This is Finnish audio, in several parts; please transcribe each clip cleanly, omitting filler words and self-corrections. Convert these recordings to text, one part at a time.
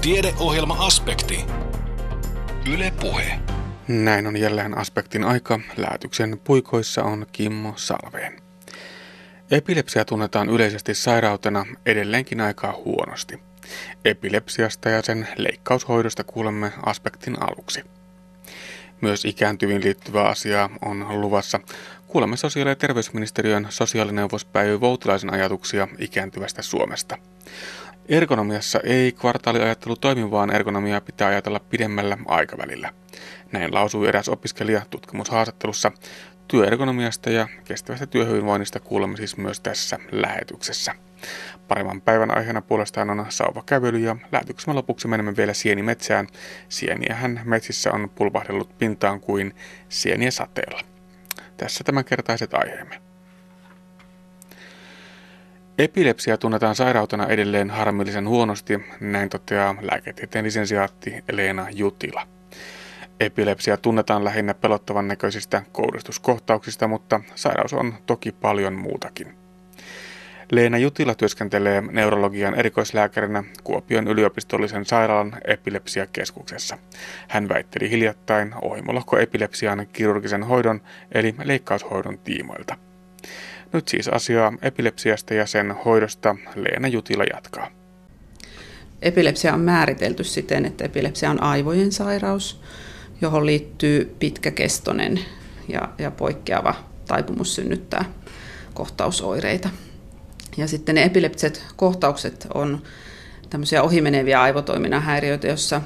Tiedeohjelma-aspekti. Yle Puhe. Näin on jälleen aspektin aika. Lähetyksen puikoissa on Kimmo Salveen. Epilepsia tunnetaan yleisesti sairautena edelleenkin aika huonosti. Epilepsiasta ja sen leikkaushoidosta kuulemme aspektin aluksi. Myös ikääntyviin liittyvää asiaa on luvassa. Kuulemme sosiaali- ja terveysministeriön sosiaalineuvos Päivi Voutilaisen ajatuksia ikääntyvästä Suomesta. Ergonomiassa ei kvartaaliajattelu toimi, vaan ergonomiaa pitää ajatella pidemmällä aikavälillä. Näin lausui eräs opiskelija tutkimushaastattelussa. Työergonomiasta ja kestävästä työhyvinvoinnista kuulemme siis myös tässä lähetyksessä. Paremman päivän aiheena puolestaan on sauvakävely ja lähetyksen lopuksi menemme vielä sienimetsään. Sieniähän metsissä on pulpahdellut pintaan kuin sieniä sateella. Tässä tämänkertaiset aiheemme. Epilepsia tunnetaan sairautena edelleen harmillisen huonosti, näin toteaa lääketieteen lisensiaatti Leena Jutila. Epilepsia tunnetaan lähinnä pelottavan näköisistä kouristuskohtauksista, mutta sairaus on toki paljon muutakin. Leena Jutila työskentelee neurologian erikoislääkärinä Kuopion yliopistollisen sairaalan epilepsiakeskuksessa. Hän väitteli hiljattain ohimolohkoepilepsian kirurgisen hoidon eli leikkaushoidon tiimoilta. Nyt siis asiaa epilepsiasta ja sen hoidosta Leena Jutila jatkaa. Epilepsia on määritelty siten, että epilepsia on aivojen sairaus, johon liittyy pitkäkestoinen ja poikkeava taipumus synnyttää kohtausoireita. Ja sitten ne epileptiset kohtaukset on tämmöisiä ohimeneviä aivotoiminnan häiriöitä,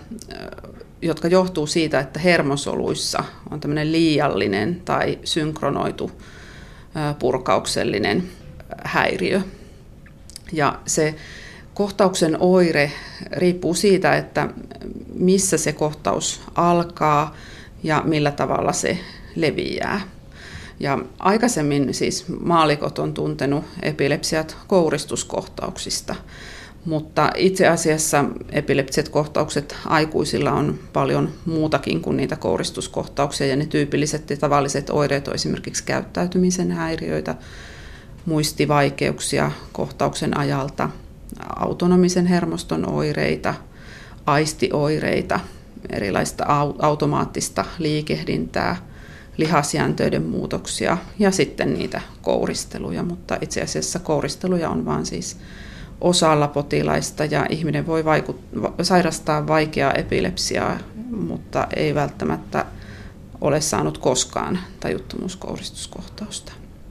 jotka johtuu siitä, että hermosoluissa on tämmöinen liiallinen tai synkronoitu purkauksellinen häiriö. Ja se kohtauksen oire riippuu siitä, että missä se kohtaus alkaa ja millä tavalla se leviää. Ja aikaisemmin siis maallikot on tuntenut epilepsiat kouristuskohtauksista, mutta itse asiassa epileptiset kohtaukset aikuisilla on paljon muutakin kuin niitä kouristuskohtauksia, ja ne tyypilliset ja tavalliset oireet on esimerkiksi käyttäytymisen häiriöitä, muistivaikeuksia kohtauksen ajalta, autonomisen hermoston oireita, aistioireita, erilaista automaattista liikehdintää, lihasjäntöiden muutoksia ja sitten niitä kouristeluja, mutta itse asiassa kouristeluja on vain siis osalla potilaista ja ihminen voi sairastaa vaikeaa epilepsiaa, mutta ei välttämättä ole saanut koskaan tajuttomuuskouristuskohtausta.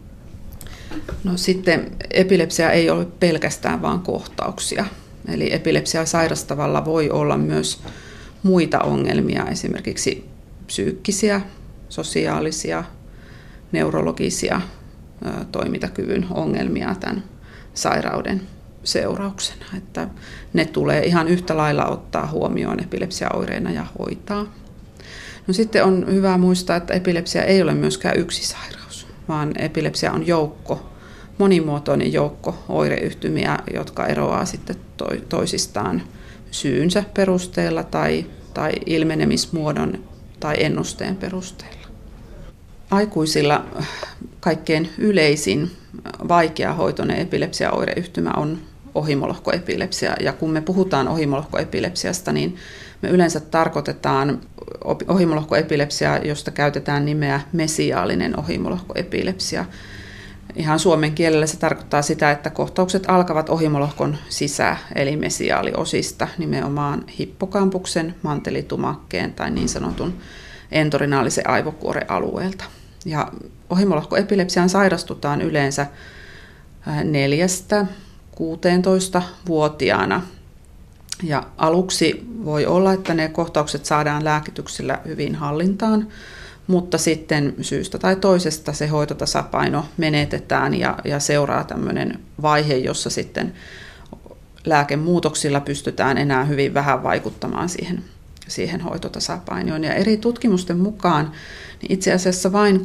No sitten epilepsia ei ole pelkästään vain kohtauksia, eli epilepsiaa sairastavalla voi olla myös muita ongelmia, esimerkiksi psyykkisiä, sosiaalisia, neurologisia toimintakyvyn ongelmia tämän sairauden seurauksena. Että ne tulee ihan yhtä lailla ottaa huomioon epilepsiaoireina ja hoitaa. No sitten on hyvä muistaa, että epilepsia ei ole myöskään yksi sairaus, vaan epilepsia on monimuotoinen joukko oireyhtymiä, jotka eroaa sitten toisistaan syynsä perusteella tai ilmenemismuodon tai ennusteen perusteella. Aikuisilla kaikkein yleisin vaikeahoitoinen epilepsiaoireyhtymä on ohimolohkoepilepsia. Ja kun me puhutaan ohimolohkoepilepsiasta, niin me yleensä tarkoitetaan ohimolohkoepilepsiaa, josta käytetään nimeä mesiaalinen ohimolohkoepilepsia. Ihan suomen kielellä se tarkoittaa sitä, että kohtaukset alkavat ohimolohkon sisä- eli mesiaaliosista, nimenomaan hippokampuksen, mantelitumakkeen tai niin sanotun entorinaalisen aivokuoren alueelta. Ja ohimolohkoepilepsiaan sairastutaan yleensä 4–16-vuotiaana. Ja aluksi voi olla, että ne kohtaukset saadaan lääkityksellä hyvin hallintaan, mutta sitten syystä tai toisesta se hoitotasapaino menetetään ja seuraa tämmöinen vaihe, jossa sitten lääkemuutoksilla pystytään enää hyvin vähän vaikuttamaan siihen hoitotasapainoon. Ja eri tutkimusten mukaan niin itse asiassa vain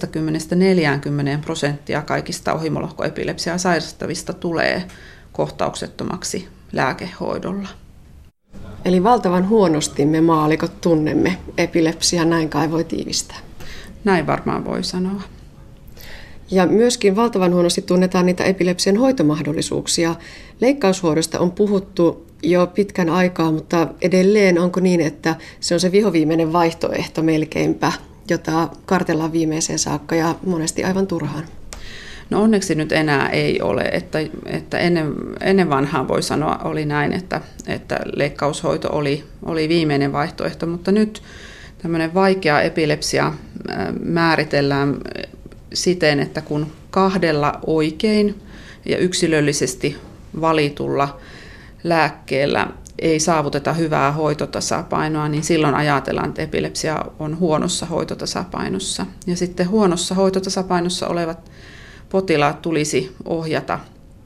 20–40% kaikista ohimolohkoepilepsiaa sairastavista tulee kohtauksettomaksi lääkehoidolla. Eli valtavan huonosti me maallikot tunnemme epilepsiaa, näin kai voi tiivistää. Näin varmaan voi sanoa. Ja myöskin valtavan huonosti tunnetaan niitä epilepsian hoitomahdollisuuksia. Leikkaushoidosta on puhuttu jo pitkän aikaa, mutta edelleen onko niin, että se on se vihoviimeinen vaihtoehto melkeinpä, jota kartellaan viimeiseen saakka ja monesti aivan turhaan? No onneksi nyt enää ei ole, että ennen vanhaa voi sanoa oli näin, että leikkaushoito oli viimeinen vaihtoehto, mutta nyt tämmöinen vaikea epilepsia määritellään siten, että kun 2 oikein ja yksilöllisesti valitulla lääkkeellä ei saavuteta hyvää hoitotasapainoa, niin silloin ajatellaan, että epilepsia on huonossa hoitotasapainossa. Ja sitten huonossa hoitotasapainossa olevat potilaat tulisi ohjata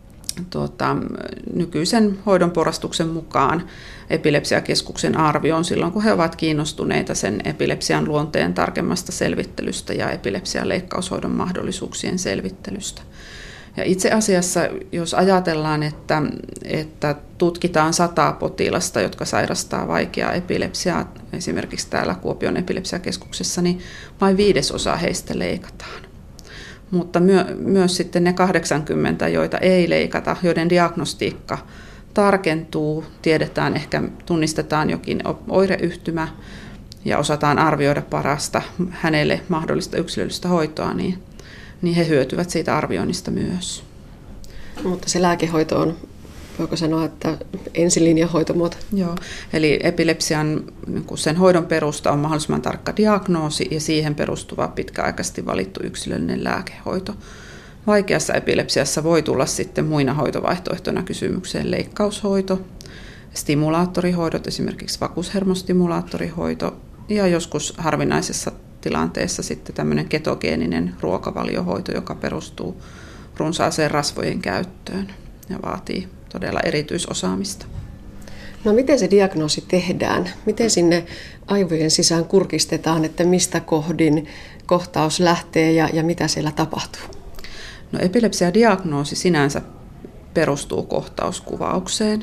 nykyisen hoidon porrastuksen mukaan epilepsiakeskuksen arvioon silloin, kun he ovat kiinnostuneita sen epilepsian luonteen tarkemmasta selvittelystä ja epilepsian leikkaushoidon mahdollisuuksien selvittelystä. Ja itse asiassa, jos ajatellaan, että tutkitaan 100 potilasta, jotka sairastaa vaikeaa epilepsiaa, esimerkiksi täällä Kuopion epilepsiakeskuksessa, niin vain 1/5 heistä leikataan. Mutta myös sitten ne 80, joita ei leikata, joiden diagnostiikka tarkentuu, tiedetään ehkä, tunnistetaan jokin oireyhtymä ja osataan arvioida parasta hänelle mahdollista yksilöllistä hoitoa, niin he hyötyvät siitä arvioinnista myös. Mutta se lääkehoito on, voiko sanoa, että ensilinjan hoitomuoto? Joo, eli epilepsian sen hoidon perusta on mahdollisimman tarkka diagnoosi ja siihen perustuva pitkäaikaisesti valittu yksilöllinen lääkehoito. Vaikeassa epilepsiassa voi tulla sitten muina hoitovaihtoehtoina kysymykseen leikkaushoito, stimulaattorihoidot, esimerkiksi vakuushermostimulaattorihoito ja joskus harvinaisessa tilanteessa sitten tämmöinen ketogeeninen ruokavaliohoito, joka perustuu runsaaseen rasvojen käyttöön ja vaatii todella erityisosaamista. No miten se diagnoosi tehdään? Miten sinne aivojen sisään kurkistetaan, että mistä kohdin kohtaus lähtee ja mitä siellä tapahtuu? No epilepsiadiagnoosi sinänsä perustuu kohtauskuvaukseen.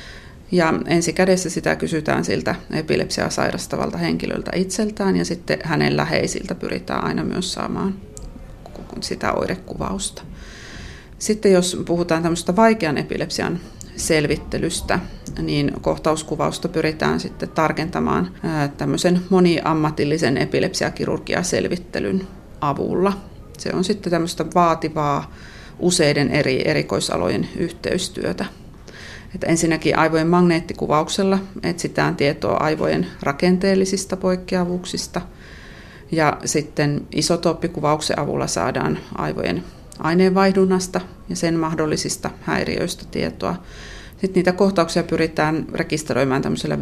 Ja ensikädessä sitä kysytään siltä epilepsiaa sairastavalta henkilöltä itseltään ja sitten hänen läheisiltä pyritään aina myös saamaan sitä oirekuvausta. Sitten jos puhutaan tämmöistä vaikean epilepsian selvittelystä, niin kohtauskuvausta pyritään sitten tarkentamaan tämmöisen moniammatillisen epilepsiakirurgiaselvittelyn avulla. Se on sitten tämmöistä vaativaa useiden eri erikoisalojen yhteistyötä. Että ensinnäkin aivojen magneettikuvauksella etsitään tietoa aivojen rakenteellisista poikkeavuuksista ja sitten isotooppikuvauksen avulla saadaan aivojen aineenvaihdunnasta ja sen mahdollisista häiriöistä tietoa. Sitten niitä kohtauksia pyritään rekisteröimään tämmöisellä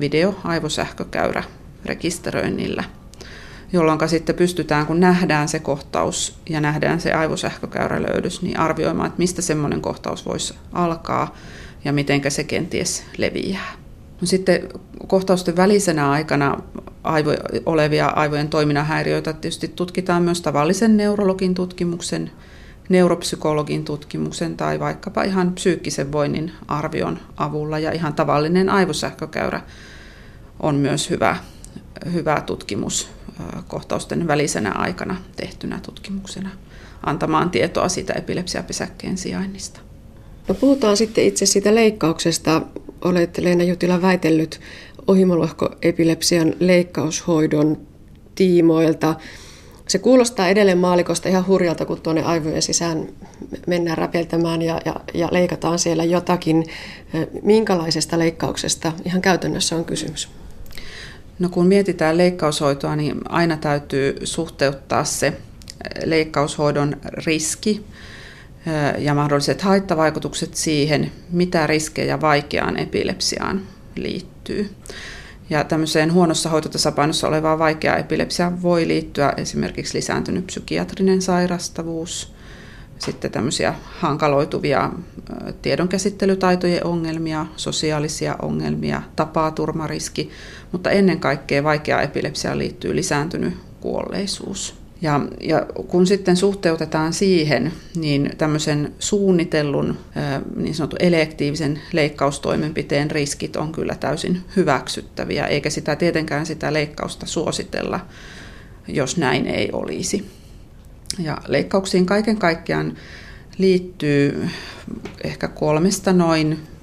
videoaivosähkökäyrärekisteröinnillä, jolloin sitten pystytään, kun nähdään se kohtaus ja nähdään se aivosähkökäyrälöydys, niin arvioimaan, että mistä semmoinen kohtaus voisi alkaa ja miten se kenties leviää. No sitten kohtausten välisenä aikana olevia aivojen toiminnan häiriöitä tietysti tutkitaan myös tavallisen neurologin tutkimuksen, neuropsykologin tutkimuksen tai vaikkapa ihan psyykkisen voinnin arvion avulla. Ja ihan tavallinen aivosähkökäyrä on myös hyvä tutkimus kohtausten välisenä aikana tehtynä tutkimuksena antamaan tietoa siitä epilepsiapesäkkeen sijainnista. No puhutaan sitten itse siitä leikkauksesta. Olet, Leena Jutila, väitellyt ohimolohkoepilepsian leikkaushoidon tiimoilta. Se kuulostaa edelleen maalikosta ihan hurjalta, kun tuonne aivojen sisään mennään räpeltämään ja leikataan siellä jotakin. Minkälaisesta leikkauksesta ihan käytännössä on kysymys? No kun mietitään leikkaushoitoa, niin aina täytyy suhteuttaa se leikkaushoidon riski ja mahdolliset haittavaikutukset siihen, mitä riskejä vaikeaan epilepsiaan liittyy. Ja tämmöiseen huonossa hoitotasapainossa olevaan vaikeaan epilepsiaan voi liittyä esimerkiksi lisääntynyt psykiatrinen sairastavuus, sitten tämmöisiä hankaloituvia tiedonkäsittelytaitojen ongelmia, sosiaalisia ongelmia, tapaturmariski, mutta ennen kaikkea vaikeaan epilepsiaan liittyy lisääntynyt kuolleisuus. Ja kun sitten suhteutetaan siihen, niin tämmöisen suunnitellun niin sanotun elektiivisen leikkaustoimenpiteen riskit on kyllä täysin hyväksyttäviä, eikä sitä tietenkään sitä leikkausta suositella, jos näin ei olisi. Ja leikkauksiin kaiken kaikkiaan liittyy ehkä 3 noin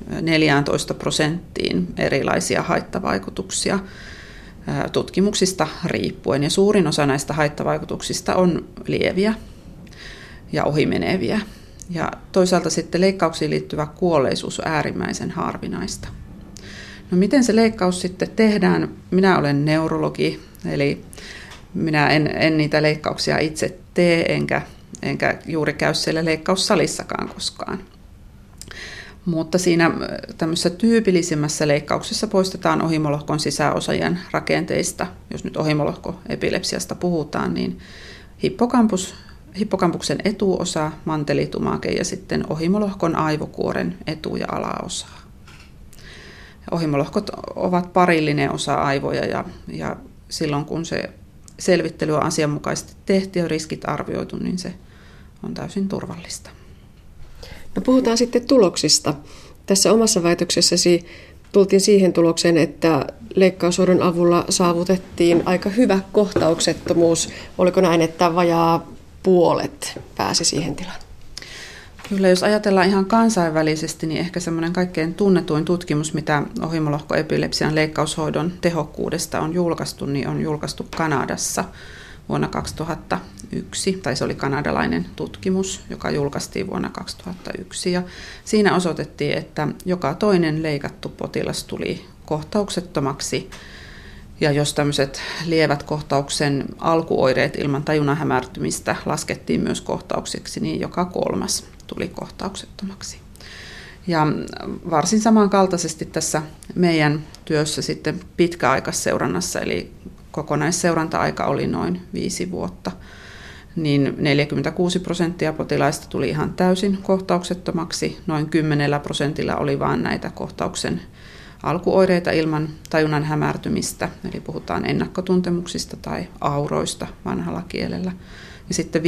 14% erilaisia haittavaikutuksia tutkimuksista riippuen. Ja suurin osa näistä haittavaikutuksista on lieviä ja ohimeneviä. Ja toisaalta sitten leikkauksiin liittyvä kuolleisuus on äärimmäisen harvinaista. No miten se leikkaus sitten tehdään? Minä olen neurologi, eli minä en niitä leikkauksia itse tee, enkä juuri käy siellä leikkaussalissakaan koskaan. Mutta siinä tämmöisessä tyypillisimmässä leikkauksessa poistetaan ohimolohkon sisäosien rakenteista. Jos nyt ohimolohkoepilepsiasta puhutaan, niin hippokampuksen etuosa, mantelitumake ja sitten ohimolohkon aivokuoren etu- ja alaosaa. Ohimolohkot ovat parillinen osa aivoja ja silloin kun se selvittely on asianmukaisesti tehty ja riskit arvioitu, niin se on täysin turvallista. No puhutaan sitten tuloksista. Tässä omassa väitöksessäsi tultiin siihen tulokseen, että leikkaushoidon avulla saavutettiin aika hyvä kohtauksettomuus. Oliko näin, että vajaa puolet pääsi siihen tilaan? Kyllä, jos ajatellaan ihan kansainvälisesti, niin ehkä semmoinen kaikkein tunnetuin tutkimus, mitä ohimolohkoepilepsian leikkaushoidon tehokkuudesta on julkaistu, niin on julkaistu Kanadassa vuonna 2001, tai se oli kanadalainen tutkimus, joka julkaistiin vuonna 2001. Ja siinä osoitettiin, että joka toinen leikattu potilas tuli kohtauksettomaksi. Ja jos tämmöiset lievät kohtauksen alkuoireet ilman tajunnan hämärtymistä laskettiin myös kohtauksiksi, niin joka kolmas tuli kohtauksettomaksi. Ja varsin samankaltaisesti tässä meidän työssä sitten pitkäaikaisseurannassa, eli kokonaisseuranta-aika oli noin 5 vuotta, niin 46% potilaista tuli ihan täysin kohtauksettomaksi, noin 10% oli vain näitä kohtauksen alkuoireita ilman tajunnan hämärtymistä, eli puhutaan ennakkotuntemuksista tai auroista vanhalla kielellä. Ja sitten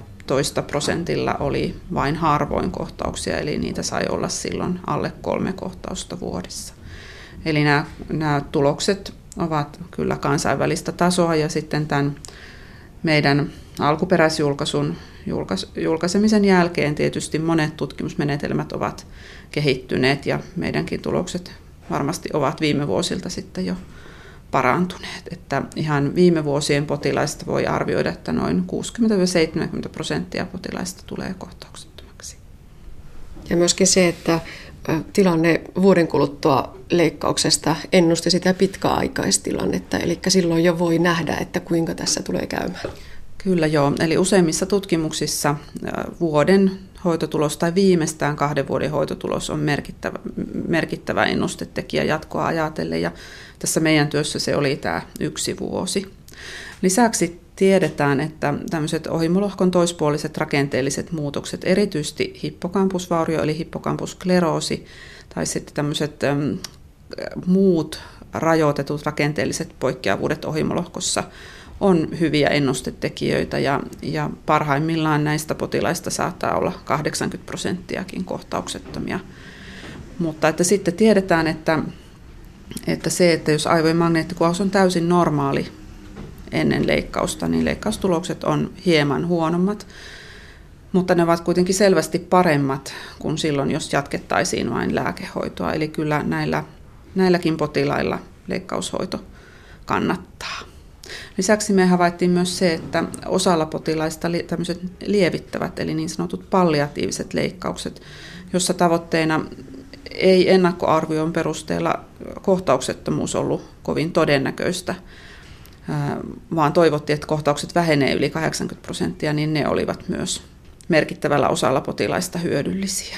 15% oli vain harvoin kohtauksia, eli niitä sai olla silloin alle 3 kohtausta vuodessa. Eli nämä tulokset ovat kyllä kansainvälistä tasoa, ja sitten tämän meidän alkuperäisjulkaisun julkaisemisen jälkeen tietysti monet tutkimusmenetelmät ovat kehittyneet, ja meidänkin tulokset varmasti ovat viime vuosilta sitten jo parantuneet. Että ihan viime vuosien potilaista voi arvioida, että noin 60-70% potilaista tulee kohtauksettomaksi. Ja myöskin se, että tilanne vuoden kuluttua leikkauksesta ennusti sitä pitkäaikaistilannetta, eli silloin jo voi nähdä, että kuinka tässä tulee käymään. Kyllä joo, eli useimmissa tutkimuksissa vuoden hoitotulos tai viimeistään 2 vuoden hoitotulos on merkittävä ennustetekijä jatkoa ajatellen, ja tässä meidän työssä se oli tämä 1 vuosi. Lisäksi tiedetään, että tämmöiset ohimolohkon toispuoliset rakenteelliset muutokset, erityisesti hippokampusvaurio eli hippokampuskleroosi tai sitten tämmöiset muut rajoitetut rakenteelliset poikkeavuudet ohimolohkossa, on hyviä ennustetekijöitä ja parhaimmillaan näistä potilaista saattaa olla 80% kohtauksettomia. Mutta että sitten tiedetään, että se, että jos aivojen magneettikuvaus on täysin normaali ennen leikkausta, niin leikkaustulokset on hieman huonommat, mutta ne ovat kuitenkin selvästi paremmat kuin silloin, jos jatkettaisiin vain lääkehoitoa. Eli kyllä näilläkin potilailla leikkaushoito kannattaa. Lisäksi me havaittiin myös se, että osalla potilaista tämmöiset lievittävät, eli niin sanotut palliatiiviset leikkaukset, jossa tavoitteena ei ennakkoarvion perusteella kohtauksettomuus ollut kovin todennäköistä, vaan toivottiin, että kohtaukset vähenee yli 80%, niin ne olivat myös merkittävällä osalla potilaista hyödyllisiä.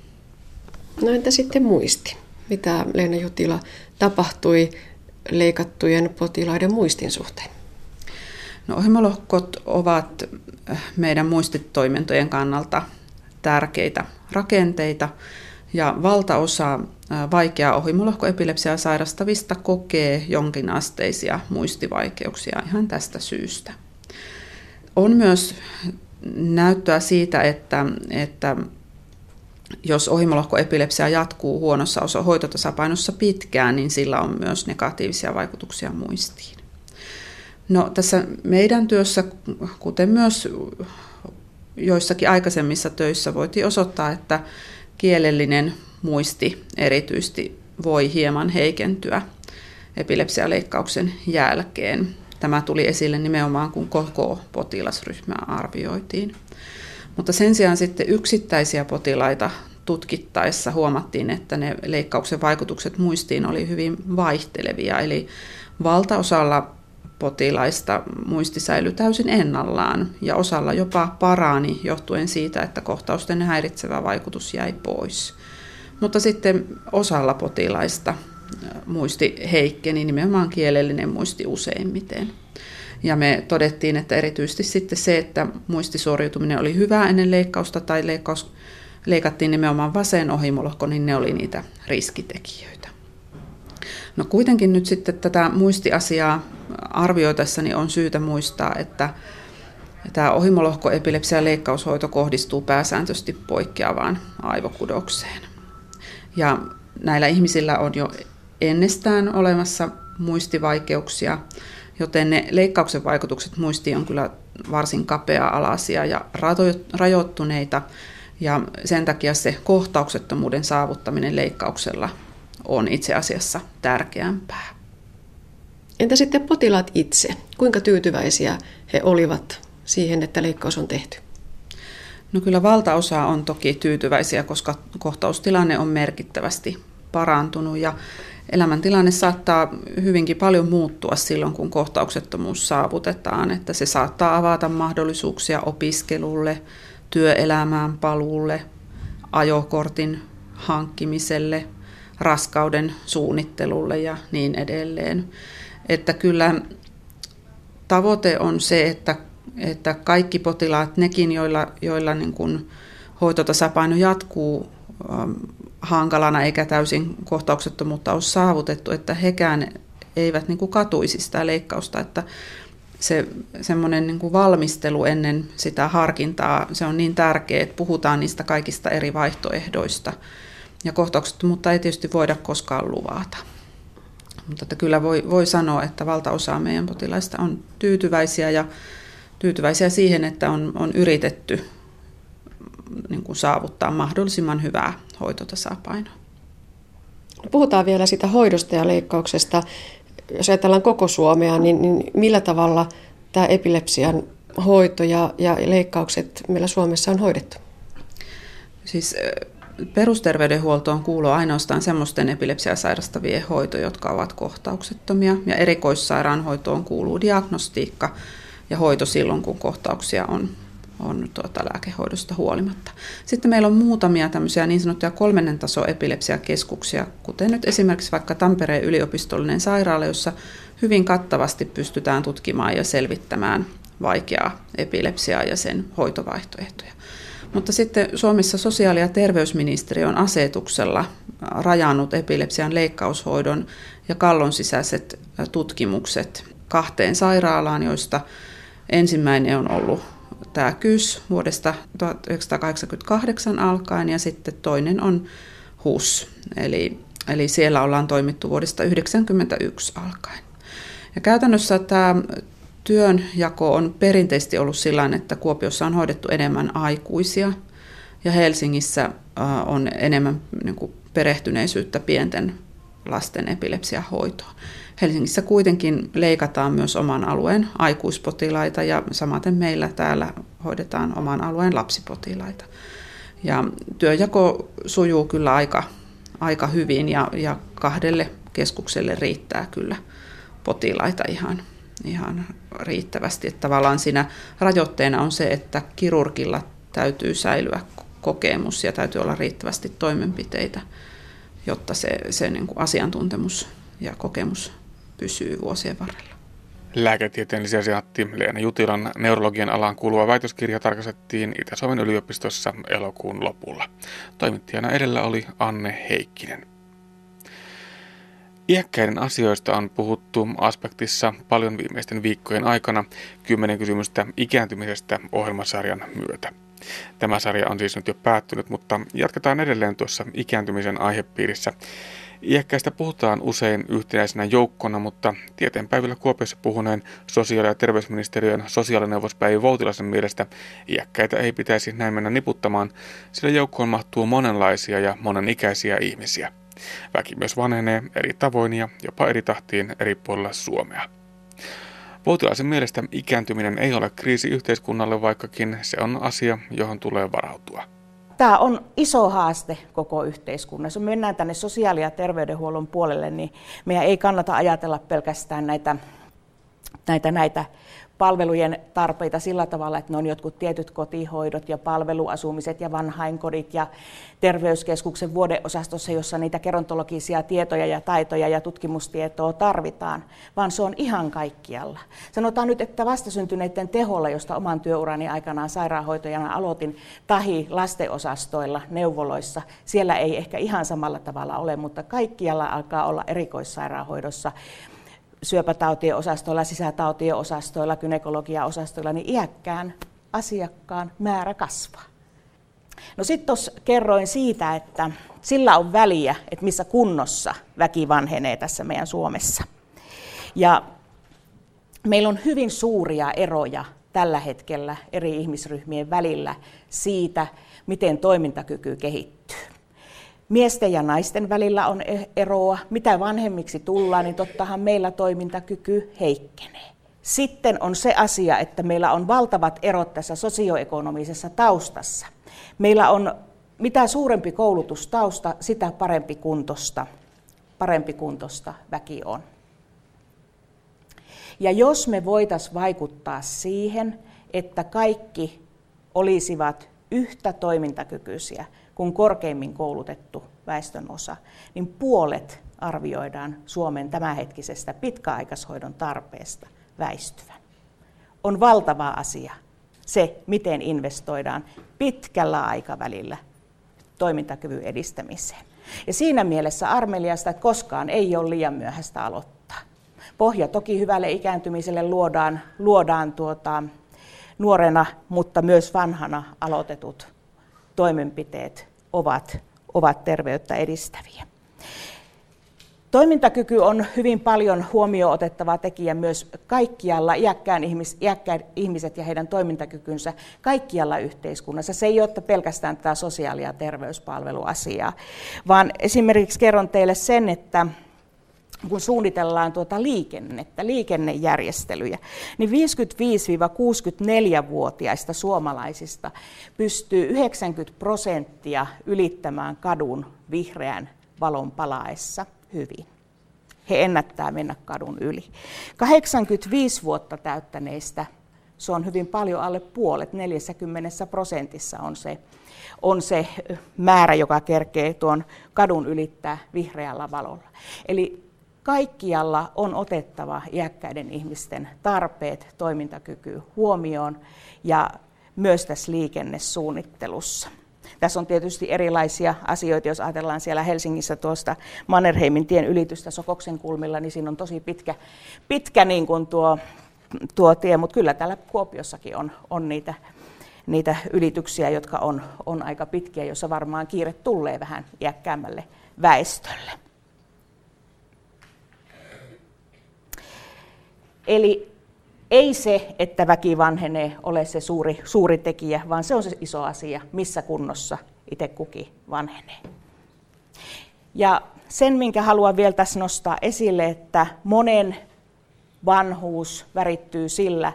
No entä sitten muisti? Mitä Leena Jutila tapahtui leikattujen potilaiden muistin suhteen? No, ohimolohkot ovat meidän muistitoimintojen kannalta tärkeitä rakenteita, ja valtaosa vaikeaa ohimolohkoepilepsiaa sairastavista kokee jonkinasteisia muistivaikeuksia ihan tästä syystä. On myös näyttöä siitä, että jos ohimolohkoepilepsia jatkuu huonossa hoitotasapainossa pitkään, niin sillä on myös negatiivisia vaikutuksia muistiin. No, tässä meidän työssä, kuten myös joissakin aikaisemmissa töissä, voitiin osoittaa, että kielellinen muisti erityisesti voi hieman heikentyä epilepsialeikkauksen jälkeen. Tämä tuli esille nimenomaan, kun koko potilasryhmää arvioitiin. Mutta sen sijaan sitten yksittäisiä potilaita tutkittaessa huomattiin, että ne leikkauksen vaikutukset muistiin oli hyvin vaihtelevia. Eli valtaosalla potilaista muisti säilyi täysin ennallaan ja osalla jopa parani johtuen siitä, että kohtausten häiritsevä vaikutus jäi pois. Mutta sitten osalla potilaista muisti heikkeni, nimenomaan kielellinen muisti useimmiten. Ja me todettiin, että erityisesti sitten se, että muistisuoriutuminen oli hyvä ennen leikkausta tai leikattiin nimenomaan vasen ohimolohko, niin ne oli niitä riskitekijöitä. No kuitenkin nyt sitten tätä muistiasiaa arvioitaessani on syytä muistaa, että tämä ohimolohkoepilepsian leikkaushoito kohdistuu pääsääntöisesti poikkeavaan aivokudokseen. Ja näillä ihmisillä on jo ennestään olemassa muistivaikeuksia, joten ne leikkauksen vaikutukset muistiin on kyllä varsin kapea-alaisia ja rajoittuneita, ja sen takia se kohtauksettomuuden saavuttaminen leikkauksella on itse asiassa tärkeämpää. Entä sitten potilaat itse? Kuinka tyytyväisiä he olivat siihen, että leikkaus on tehty? No kyllä valtaosa on toki tyytyväisiä, koska kohtaustilanne on merkittävästi parantunut ja elämäntilanne saattaa hyvinkin paljon muuttua silloin, kun kohtauksettomuus saavutetaan, että se saattaa avata mahdollisuuksia opiskelulle, työelämään paluulle, ajokortin hankkimiselle, raskauden suunnittelulle ja niin edelleen. Että kyllä tavoite on se, että kaikki potilaat, nekin joilla niin kuin hoitotasapaino jatkuu hankalana eikä täysin kohtauksettomuutta ole saavutettu, että hekään eivät niin kuin katuisi sitä leikkausta, että se semmoinen niin kuin valmistelu ennen sitä harkintaa, se on niin tärkeää, että puhutaan niistä kaikista eri vaihtoehdoista. Ja kohtauksettomuutta ei tietysti voida koskaan luvata. Mutta että kyllä voi sanoa, että valtaosa meidän potilaista on tyytyväisiä ja tyytyväisiä siihen, että on yritetty niin kuin saavuttaa mahdollisimman hyvää hoitotasapainoa. Puhutaan vielä siitä hoidosta ja leikkauksesta. Jos ajatellaan koko Suomea, niin millä tavalla tämä epilepsian hoito ja leikkaukset meillä Suomessa on hoidettu? Siis perusterveydenhuoltoon kuuluu ainoastaan semmoisten epilepsiaa sairastavien hoito, jotka ovat kohtauksettomia, ja erikoissairaanhoitoon kuuluu diagnostiikka ja hoito silloin, kun kohtauksia on lääkehoidosta huolimatta. Sitten meillä on muutamia tämmöisiä niin sanottuja 3. tason epilepsiakeskuksia, kuten nyt esimerkiksi vaikka Tampereen yliopistollinen sairaala, jossa hyvin kattavasti pystytään tutkimaan ja selvittämään vaikeaa epilepsiaa ja sen hoitovaihtoehtoja. Mutta sitten Suomessa sosiaali- ja terveysministeriö on asetuksella rajannut epilepsian leikkaushoidon ja kallon sisäiset tutkimukset 2 sairaalaan, joista ensimmäinen on ollut tämä KYS vuodesta 1988 alkaen ja sitten toinen on HUS, eli siellä ollaan toimittu vuodesta 1991 alkaen. Ja käytännössä tämä työnjako on perinteisesti ollut sillain, että Kuopiossa on hoidettu enemmän aikuisia ja Helsingissä on enemmän niin kuin perehtyneisyyttä pienten lasten epilepsiahoitoon. Helsingissä kuitenkin leikataan myös oman alueen aikuispotilaita ja samaten meillä täällä hoidetaan oman alueen lapsipotilaita. Ja työnjako sujuu kyllä aika hyvin ja 2 keskukselle riittää kyllä potilaita ihan riittävästi. Että tavallaan siinä rajoitteena on se, että kirurgilla täytyy säilyä kokemus ja täytyy olla riittävästi toimenpiteitä, jotta se niin kuin asiantuntemus ja kokemus pysyy vuosien varrella. Lääketieteen lisensiaatti Leena Jutilan neurologian alaan kuuluva väitöskirja tarkastettiin Itä-Suomen yliopistossa elokuun lopulla. Toimittajana edellä oli Anne Heikkinen. Iäkkäiden asioista on puhuttu Aspektissa paljon viimeisten viikkojen aikana 10 kysymystä ikääntymisestä ohjelmasarjan myötä. Tämä sarja on siis nyt jo päättynyt, mutta jatketaan edelleen tuossa ikääntymisen aihepiirissä. Iäkkäistä puhutaan usein yhtenäisenä joukkona, mutta tieteenpäivillä Kuopiossa puhuneen sosiaali- ja terveysministeriön sosiaalineuvos Päivi Voutilaisen mielestä iäkkäitä ei pitäisi näin mennä niputtamaan, sillä joukkoon mahtuu monenlaisia ja monenikäisiä ihmisiä. Väki myös vanhenee eri tavoin ja jopa eri tahtiin eri puolilla Suomea. Voutilaisen mielestä ikääntyminen ei ole kriisi yhteiskunnalle, vaikkakin se on asia, johon tulee varautua. Tämä on iso haaste koko yhteiskunnassa. Jos me mennään tänne sosiaali- ja terveydenhuollon puolelle, niin meidän ei kannata ajatella pelkästään näitä palvelujen tarpeita sillä tavalla, että ne on jotkut tietyt kotihoidot ja palveluasumiset ja vanhainkodit ja terveyskeskuksen vuodeosastossa, jossa niitä gerontologisia tietoja ja taitoja ja tutkimustietoa tarvitaan, vaan se on ihan kaikkialla. Sanotaan nyt, että vastasyntyneiden teholla, josta oman työurani aikanaan sairaanhoitajana aloitin, tahi lastenosastoilla, neuvoloissa, siellä ei ehkä ihan samalla tavalla ole, mutta kaikkialla alkaa olla erikoissairaanhoidossa, syöpätautien osastoilla, sisätautien osastoilla, gynekologian osastoilla, niin iäkkään asiakkaan määrä kasvaa. No sitten tuossa kerroin siitä, että sillä on väliä, että missä kunnossa väki vanhenee tässä meidän Suomessa. Ja meillä on hyvin suuria eroja tällä hetkellä eri ihmisryhmien välillä siitä, miten toimintakyky kehittyy. Miesten ja naisten välillä on eroa. Mitä vanhemmiksi tullaan, niin tottahan meillä toimintakyky heikkenee. Sitten on se asia, että meillä on valtavat erot tässä sosioekonomisessa taustassa. Meillä on mitä suurempi koulutustausta, sitä parempi kuntosta väki on. Ja jos me voitaisiin vaikuttaa siihen, että kaikki olisivat yhtä toimintakykyisiä kuin korkeimmin koulutettu väestönosa, niin puolet arvioidaan Suomen tämänhetkisestä pitkäaikaishoidon tarpeesta väistyvän. On valtava asia se, miten investoidaan pitkällä aikavälillä toimintakyvyn edistämiseen. Ja siinä mielessä armeliasta, että koskaan ei ole liian myöhäistä aloittaa. Pohja toki hyvälle ikääntymiselle luodaan nuorena, mutta myös vanhana aloitetut toimenpiteet ovat terveyttä edistäviä. Toimintakyky on hyvin paljon huomioon otettava tekijä myös kaikkialla, iäkkäät ihmiset ja heidän toimintakykynsä kaikkialla yhteiskunnassa. Se ei ole pelkästään tätä sosiaali- ja terveyspalveluasiaa, vaan esimerkiksi kerron teille sen, että kun suunnitellaan liikennejärjestelyjä, niin 55-64-vuotiaista suomalaisista pystyy 90% ylittämään kadun vihreän valon palaessa hyvin. He ennättää mennä kadun yli. 85 vuotta täyttäneistä se on hyvin paljon alle puolet, 40% on se määrä, joka kerkee tuon kadun ylittää vihreällä valolla. Eli kaikkialla on otettava iäkkäiden ihmisten tarpeet, toimintakyky huomioon ja myös tässä liikennesuunnittelussa. Tässä on tietysti erilaisia asioita, jos ajatellaan siellä Helsingissä tuosta Mannerheimin tien ylitystä Sokoksen kulmilla, niin siinä on tosi pitkä niin kuin tuo tie, mutta kyllä täällä Kuopiossakin on niitä ylityksiä, jotka on aika pitkiä, joissa varmaan kiire tulee vähän iäkkäämmälle väestölle. Eli ei se, että väki vanhenee, ole se suuri tekijä, vaan se on se iso asia, missä kunnossa itse kukin vanhenee. Ja sen, minkä haluan vielä tässä nostaa esille, että monen vanhuus värittyy sillä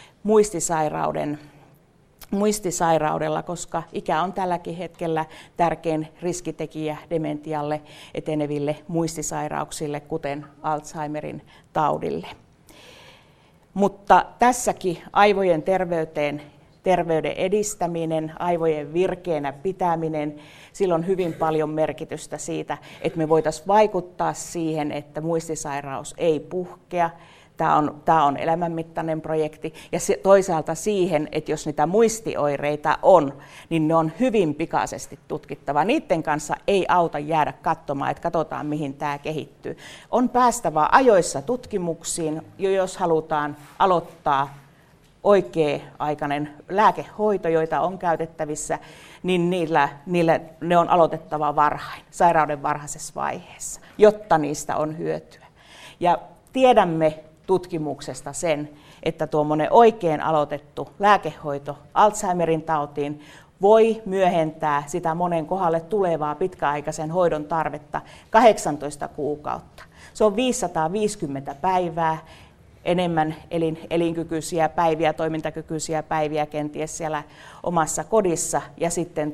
muistisairaudella, koska ikä on tälläkin hetkellä tärkein riskitekijä dementialle, eteneville muistisairauksille, kuten Alzheimerin taudille. Mutta tässäkin aivojen terveyden edistäminen, aivojen virkeänä pitäminen, sillä on hyvin paljon merkitystä siitä, että me voitaisiin vaikuttaa siihen, että muistisairaus ei puhkea. Tämä on elämänmittainen projekti ja toisaalta siihen, että jos niitä muistioireita on, niin ne on hyvin pikaisesti tutkittava. Niiden kanssa ei auta jäädä katsomaan, että katsotaan mihin tämä kehittyy. On päästävä ajoissa tutkimuksiin, jos halutaan aloittaa oikea-aikainen lääkehoito, joita on käytettävissä, niin ne on aloitettava varhain, sairauden varhaisessa vaiheessa, jotta niistä on hyötyä. Ja tiedämme tutkimuksesta sen, että tuommoinen oikein aloitettu lääkehoito Alzheimerin tautiin voi myöhentää sitä monen kohdalle tulevaa pitkäaikaisen hoidon tarvetta 18 kuukautta. Se on 550 päivää, enemmän elinkykyisiä päiviä, toimintakykyisiä päiviä kenties siellä omassa kodissa. Ja sitten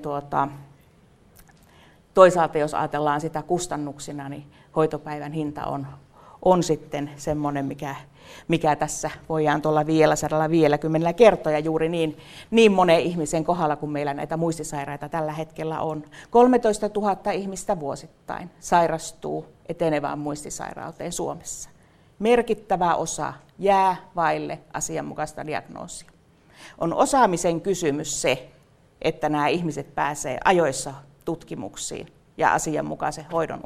toisaalta, jos ajatellaan sitä kustannuksina, niin hoitopäivän hinta on sitten semmoinen, mikä tässä voidaan tuolla 550 kertoa juuri niin monen ihmisen kohdalla, kun meillä näitä muistisairaita tällä hetkellä on. 13 000 ihmistä vuosittain sairastuu etenevään muistisairauteen Suomessa. Merkittävä osa jää vaille asianmukaista diagnoosia. On osaamisen kysymys se, että nämä ihmiset pääsee ajoissa tutkimuksiin ja asianmukaisen hoidon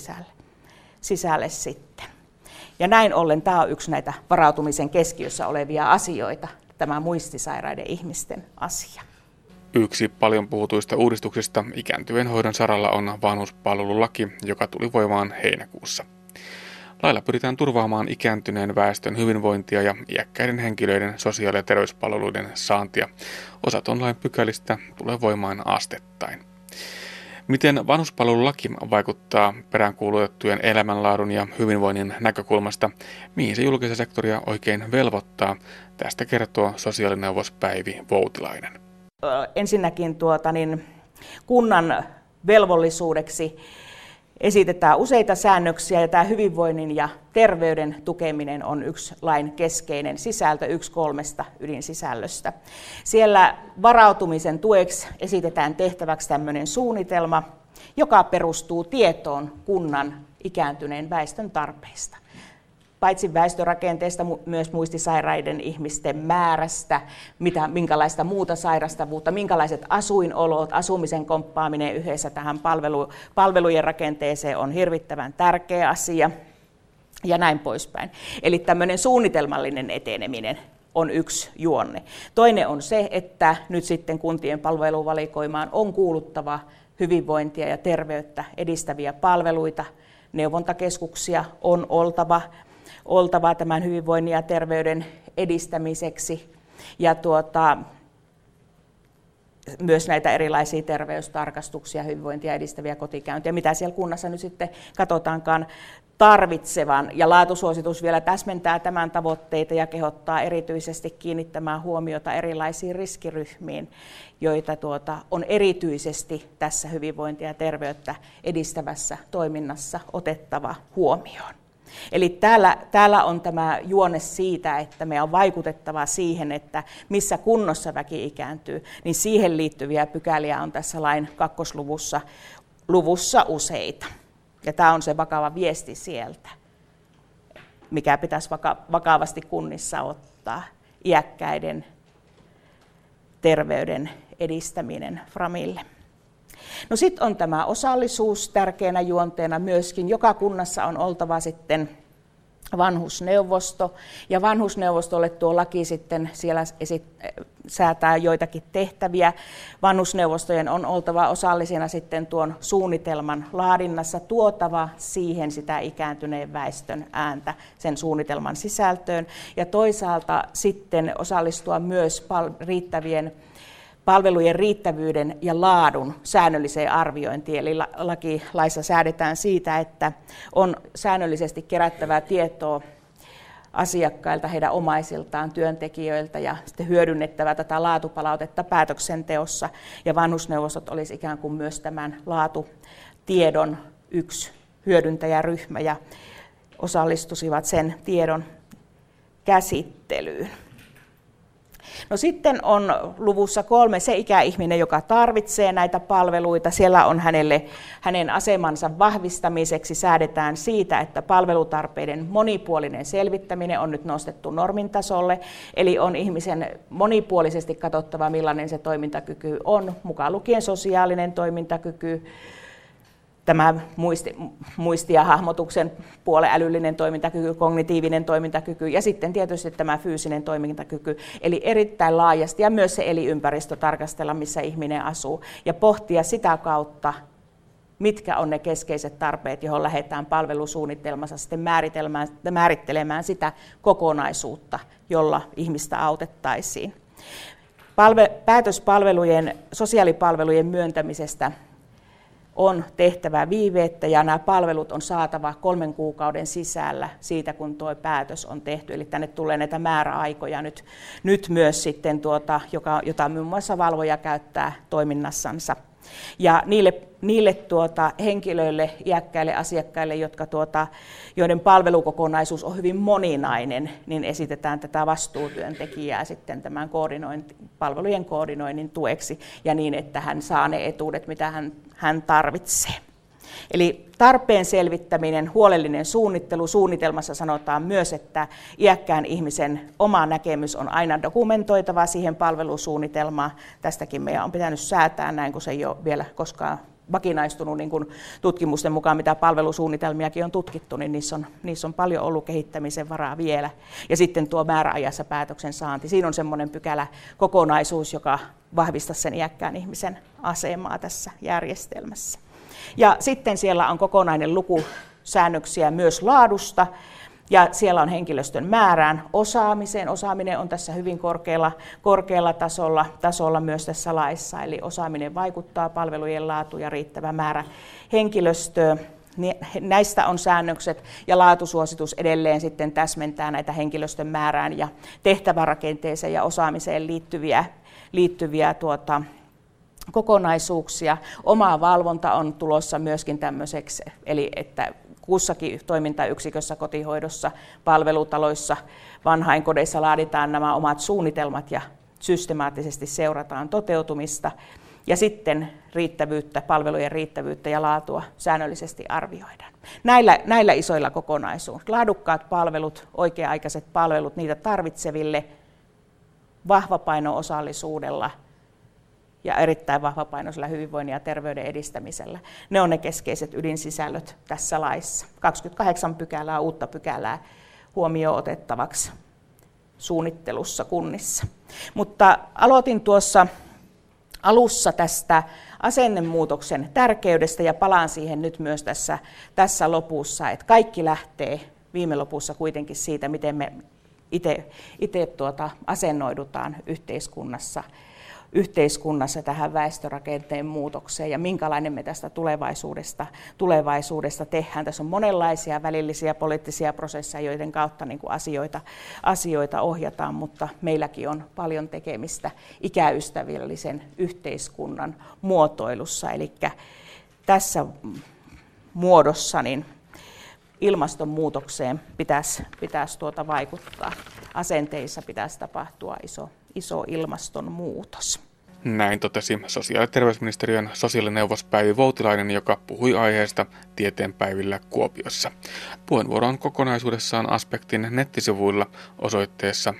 sisälle sitten. Ja näin ollen tämä on yksi näitä varautumisen keskiössä olevia asioita, tämä muistisairaiden ihmisten asia. Yksi paljon puhutuista uudistuksista ikääntyvien hoidon saralla on vanhuspalvelulaki, joka tuli voimaan heinäkuussa. Lailla pyritään turvaamaan ikääntyneen väestön hyvinvointia ja iäkkäiden henkilöiden sosiaali- ja terveyspalveluiden saantia. Osat lain pykälistä tulee voimaan astettain. Miten vanhuspalvelulaki vaikuttaa peräänkuulutettujen elämänlaadun ja hyvinvoinnin näkökulmasta, mihin se julkista sektoria oikein velvoittaa, tästä kertoo sosiaalineuvos Päivi Voutilainen. Ensinnäkin kunnan velvollisuudeksi esitetään useita säännöksiä ja tämä hyvinvoinnin ja terveyden tukeminen on yksi lain keskeinen sisältö, yksi 3 ydinsisällöstä. Siellä varautumisen tueksi esitetään tehtäväksi tämmöinen suunnitelma, joka perustuu tietoon kunnan ikääntyneen väestön tarpeista. Paitsi väestörakenteesta, myös muistisairaiden ihmisten määrästä, minkälaista muuta sairastavuutta, minkälaiset asuinolot, asumisen komppaaminen yhdessä tähän palvelujen rakenteeseen on hirvittävän tärkeä asia ja näin poispäin. Eli tämmöinen suunnitelmallinen eteneminen on yksi juonne. Toinen on se, että nyt sitten kuntien palveluvalikoimaan on kuuluttava hyvinvointia ja terveyttä edistäviä palveluita, neuvontakeskuksia on oltava tämän hyvinvoinnin ja terveyden edistämiseksi ja myös näitä erilaisia terveystarkastuksia, hyvinvointia edistäviä kotikäyntiä, mitä siellä kunnassa nyt sitten katsotaankaan tarvitsevan. Ja laatusuositus vielä täsmentää tämän tavoitteita ja kehottaa erityisesti kiinnittämään huomiota erilaisiin riskiryhmiin, joita on erityisesti tässä hyvinvointia ja terveyttä edistävässä toiminnassa otettava huomioon. Eli täällä on tämä juone siitä, että meidän on vaikutettava siihen, että missä kunnossa väki ikääntyy, niin siihen liittyviä pykäliä on tässä lain 2. luvussa useita. Ja tämä on se vakava viesti sieltä, mikä pitäisi vakavasti kunnissa ottaa, iäkkäiden terveyden edistäminen framille. No sitten on tämä osallisuus tärkeänä juonteena myöskin. Joka kunnassa on oltava sitten vanhusneuvosto, ja vanhusneuvostolle tuo laki sitten siellä säätää joitakin tehtäviä. Vanhusneuvostojen on oltava osallisina sitten tuon suunnitelman laadinnassa, tuotava siihen sitä ikääntyneen väestön ääntä sen suunnitelman sisältöön, ja toisaalta sitten osallistua myös palvelujen riittävyyden ja laadun säännölliseen arviointiin. Eli laissa säädetään siitä, että on säännöllisesti kerättävää tietoa asiakkailta, heidän omaisiltaan, työntekijöiltä ja sitten hyödynnettävä tätä laatupalautetta päätöksenteossa. Ja vanhusneuvostot olisi ikään kuin myös tämän laatutiedon yksi hyödyntäjäryhmä ja osallistuisivat sen tiedon käsittelyyn. No sitten on luvussa 3 se ikäihminen, joka tarvitsee näitä palveluita. Siellä on hänen asemansa vahvistamiseksi säädetään siitä, että palvelutarpeiden monipuolinen selvittäminen on nyt nostettu normin tasolle. Eli on ihmisen monipuolisesti katsottava, millainen se toimintakyky on, mukaan lukien sosiaalinen toimintakyky, tämä muisti- ja hahmotuksen puolen älyllinen toimintakyky, kognitiivinen toimintakyky ja sitten tietysti tämä fyysinen toimintakyky. Eli erittäin laajasti ja myös se elinympäristö tarkastella, missä ihminen asuu ja pohtia sitä kautta, mitkä on ne keskeiset tarpeet, johon lähdetään palvelusuunnitelmassa sitten määrittelemään sitä kokonaisuutta, jolla ihmistä autettaisiin. Päätös sosiaalipalvelujen myöntämisestä on tehtävä viiveettä ja nämä palvelut on saatava 3 kuukauden sisällä siitä, kun tuo päätös on tehty. Eli tänne tulee näitä määräaikoja nyt myös sitten, jota muun muassa valvoja käyttää toiminnassansa. Ja niille henkilöille, iäkkäille asiakkaille, joiden palvelukokonaisuus on hyvin moninainen, niin esitetään tätä vastuutyöntekijää sitten tämän palvelujen koordinoinnin tueksi ja niin, että hän saa ne etuudet, mitä hän tarvitsee. Eli tarpeen selvittäminen, huolellinen suunnittelu. Suunnitelmassa sanotaan myös, että iäkkään ihmisen oma näkemys on aina dokumentoitava siihen palvelusuunnitelmaan. Tästäkin meidän on pitänyt säätää näin, kun se ei ole vielä koskaan vakinaistunut niin kuin tutkimusten mukaan, mitä palvelusuunnitelmiakin on tutkittu, niin niissä on paljon ollut kehittämisen varaa vielä. Ja sitten tuo määräajassa päätöksen saanti. Siinä on semmoinen pykäläkokonaisuus, joka vahvistaa sen iäkkään ihmisen asemaa tässä järjestelmässä. Ja sitten siellä on kokonainen luku säännöksiä myös laadusta, ja siellä on henkilöstön määrään osaamiseen. Osaaminen on tässä hyvin korkealla tasolla myös tässä laissa, eli osaaminen vaikuttaa palvelujen laatuun ja riittävä määrä henkilöstöä. Näistä on säännökset ja laatusuositus edelleen sitten täsmentää näitä henkilöstön määrään ja tehtävärakenteeseen ja osaamiseen liittyviä kokonaisuuksia. Oma valvonta on tulossa myöskin tämmöiseksi, eli että kussakin toimintayksikössä, kotihoidossa, palvelutaloissa, vanhainkodeissa laaditaan nämä omat suunnitelmat ja systemaattisesti seurataan toteutumista. Ja sitten palvelujen riittävyyttä ja laatua säännöllisesti arvioidaan. Näillä isoilla kokonaisuuksilla. Laadukkaat palvelut, oikea-aikaiset palvelut niitä tarvitseville vahvapaino-osallisuudella ja erittäin vahvapainoisella hyvinvoinnin ja terveyden edistämisellä. Ne on ne keskeiset ydinsisällöt tässä laissa. 28 pykälää, uutta pykälää huomioon otettavaksi suunnittelussa kunnissa. Mutta aloitin tuossa alussa tästä asennemuutoksen tärkeydestä ja palaan siihen nyt myös tässä lopussa, että kaikki lähtee viime lopussa kuitenkin siitä, miten me itse asennoidutaan yhteiskunnassa tähän väestörakenteen muutokseen ja minkälainen me tästä tulevaisuudesta tehdään. Tässä on monenlaisia välillisiä poliittisia prosesseja, joiden kautta niin kuin asioita ohjataan, mutta meilläkin on paljon tekemistä ikäystävällisen yhteiskunnan muotoilussa. Eli tässä muodossa niin ilmastonmuutokseen pitäisi vaikuttaa. Asenteissa pitäisi tapahtua iso ilmastonmuutos. Näin totesi sosiaali- ja terveysministeriön sosiaalineuvos Päivi Voutilainen, joka puhui aiheesta tieteenpäivillä Kuopiossa. Puheenvuoro on kokonaisuudessaan Aspektin nettisivuilla osoitteessa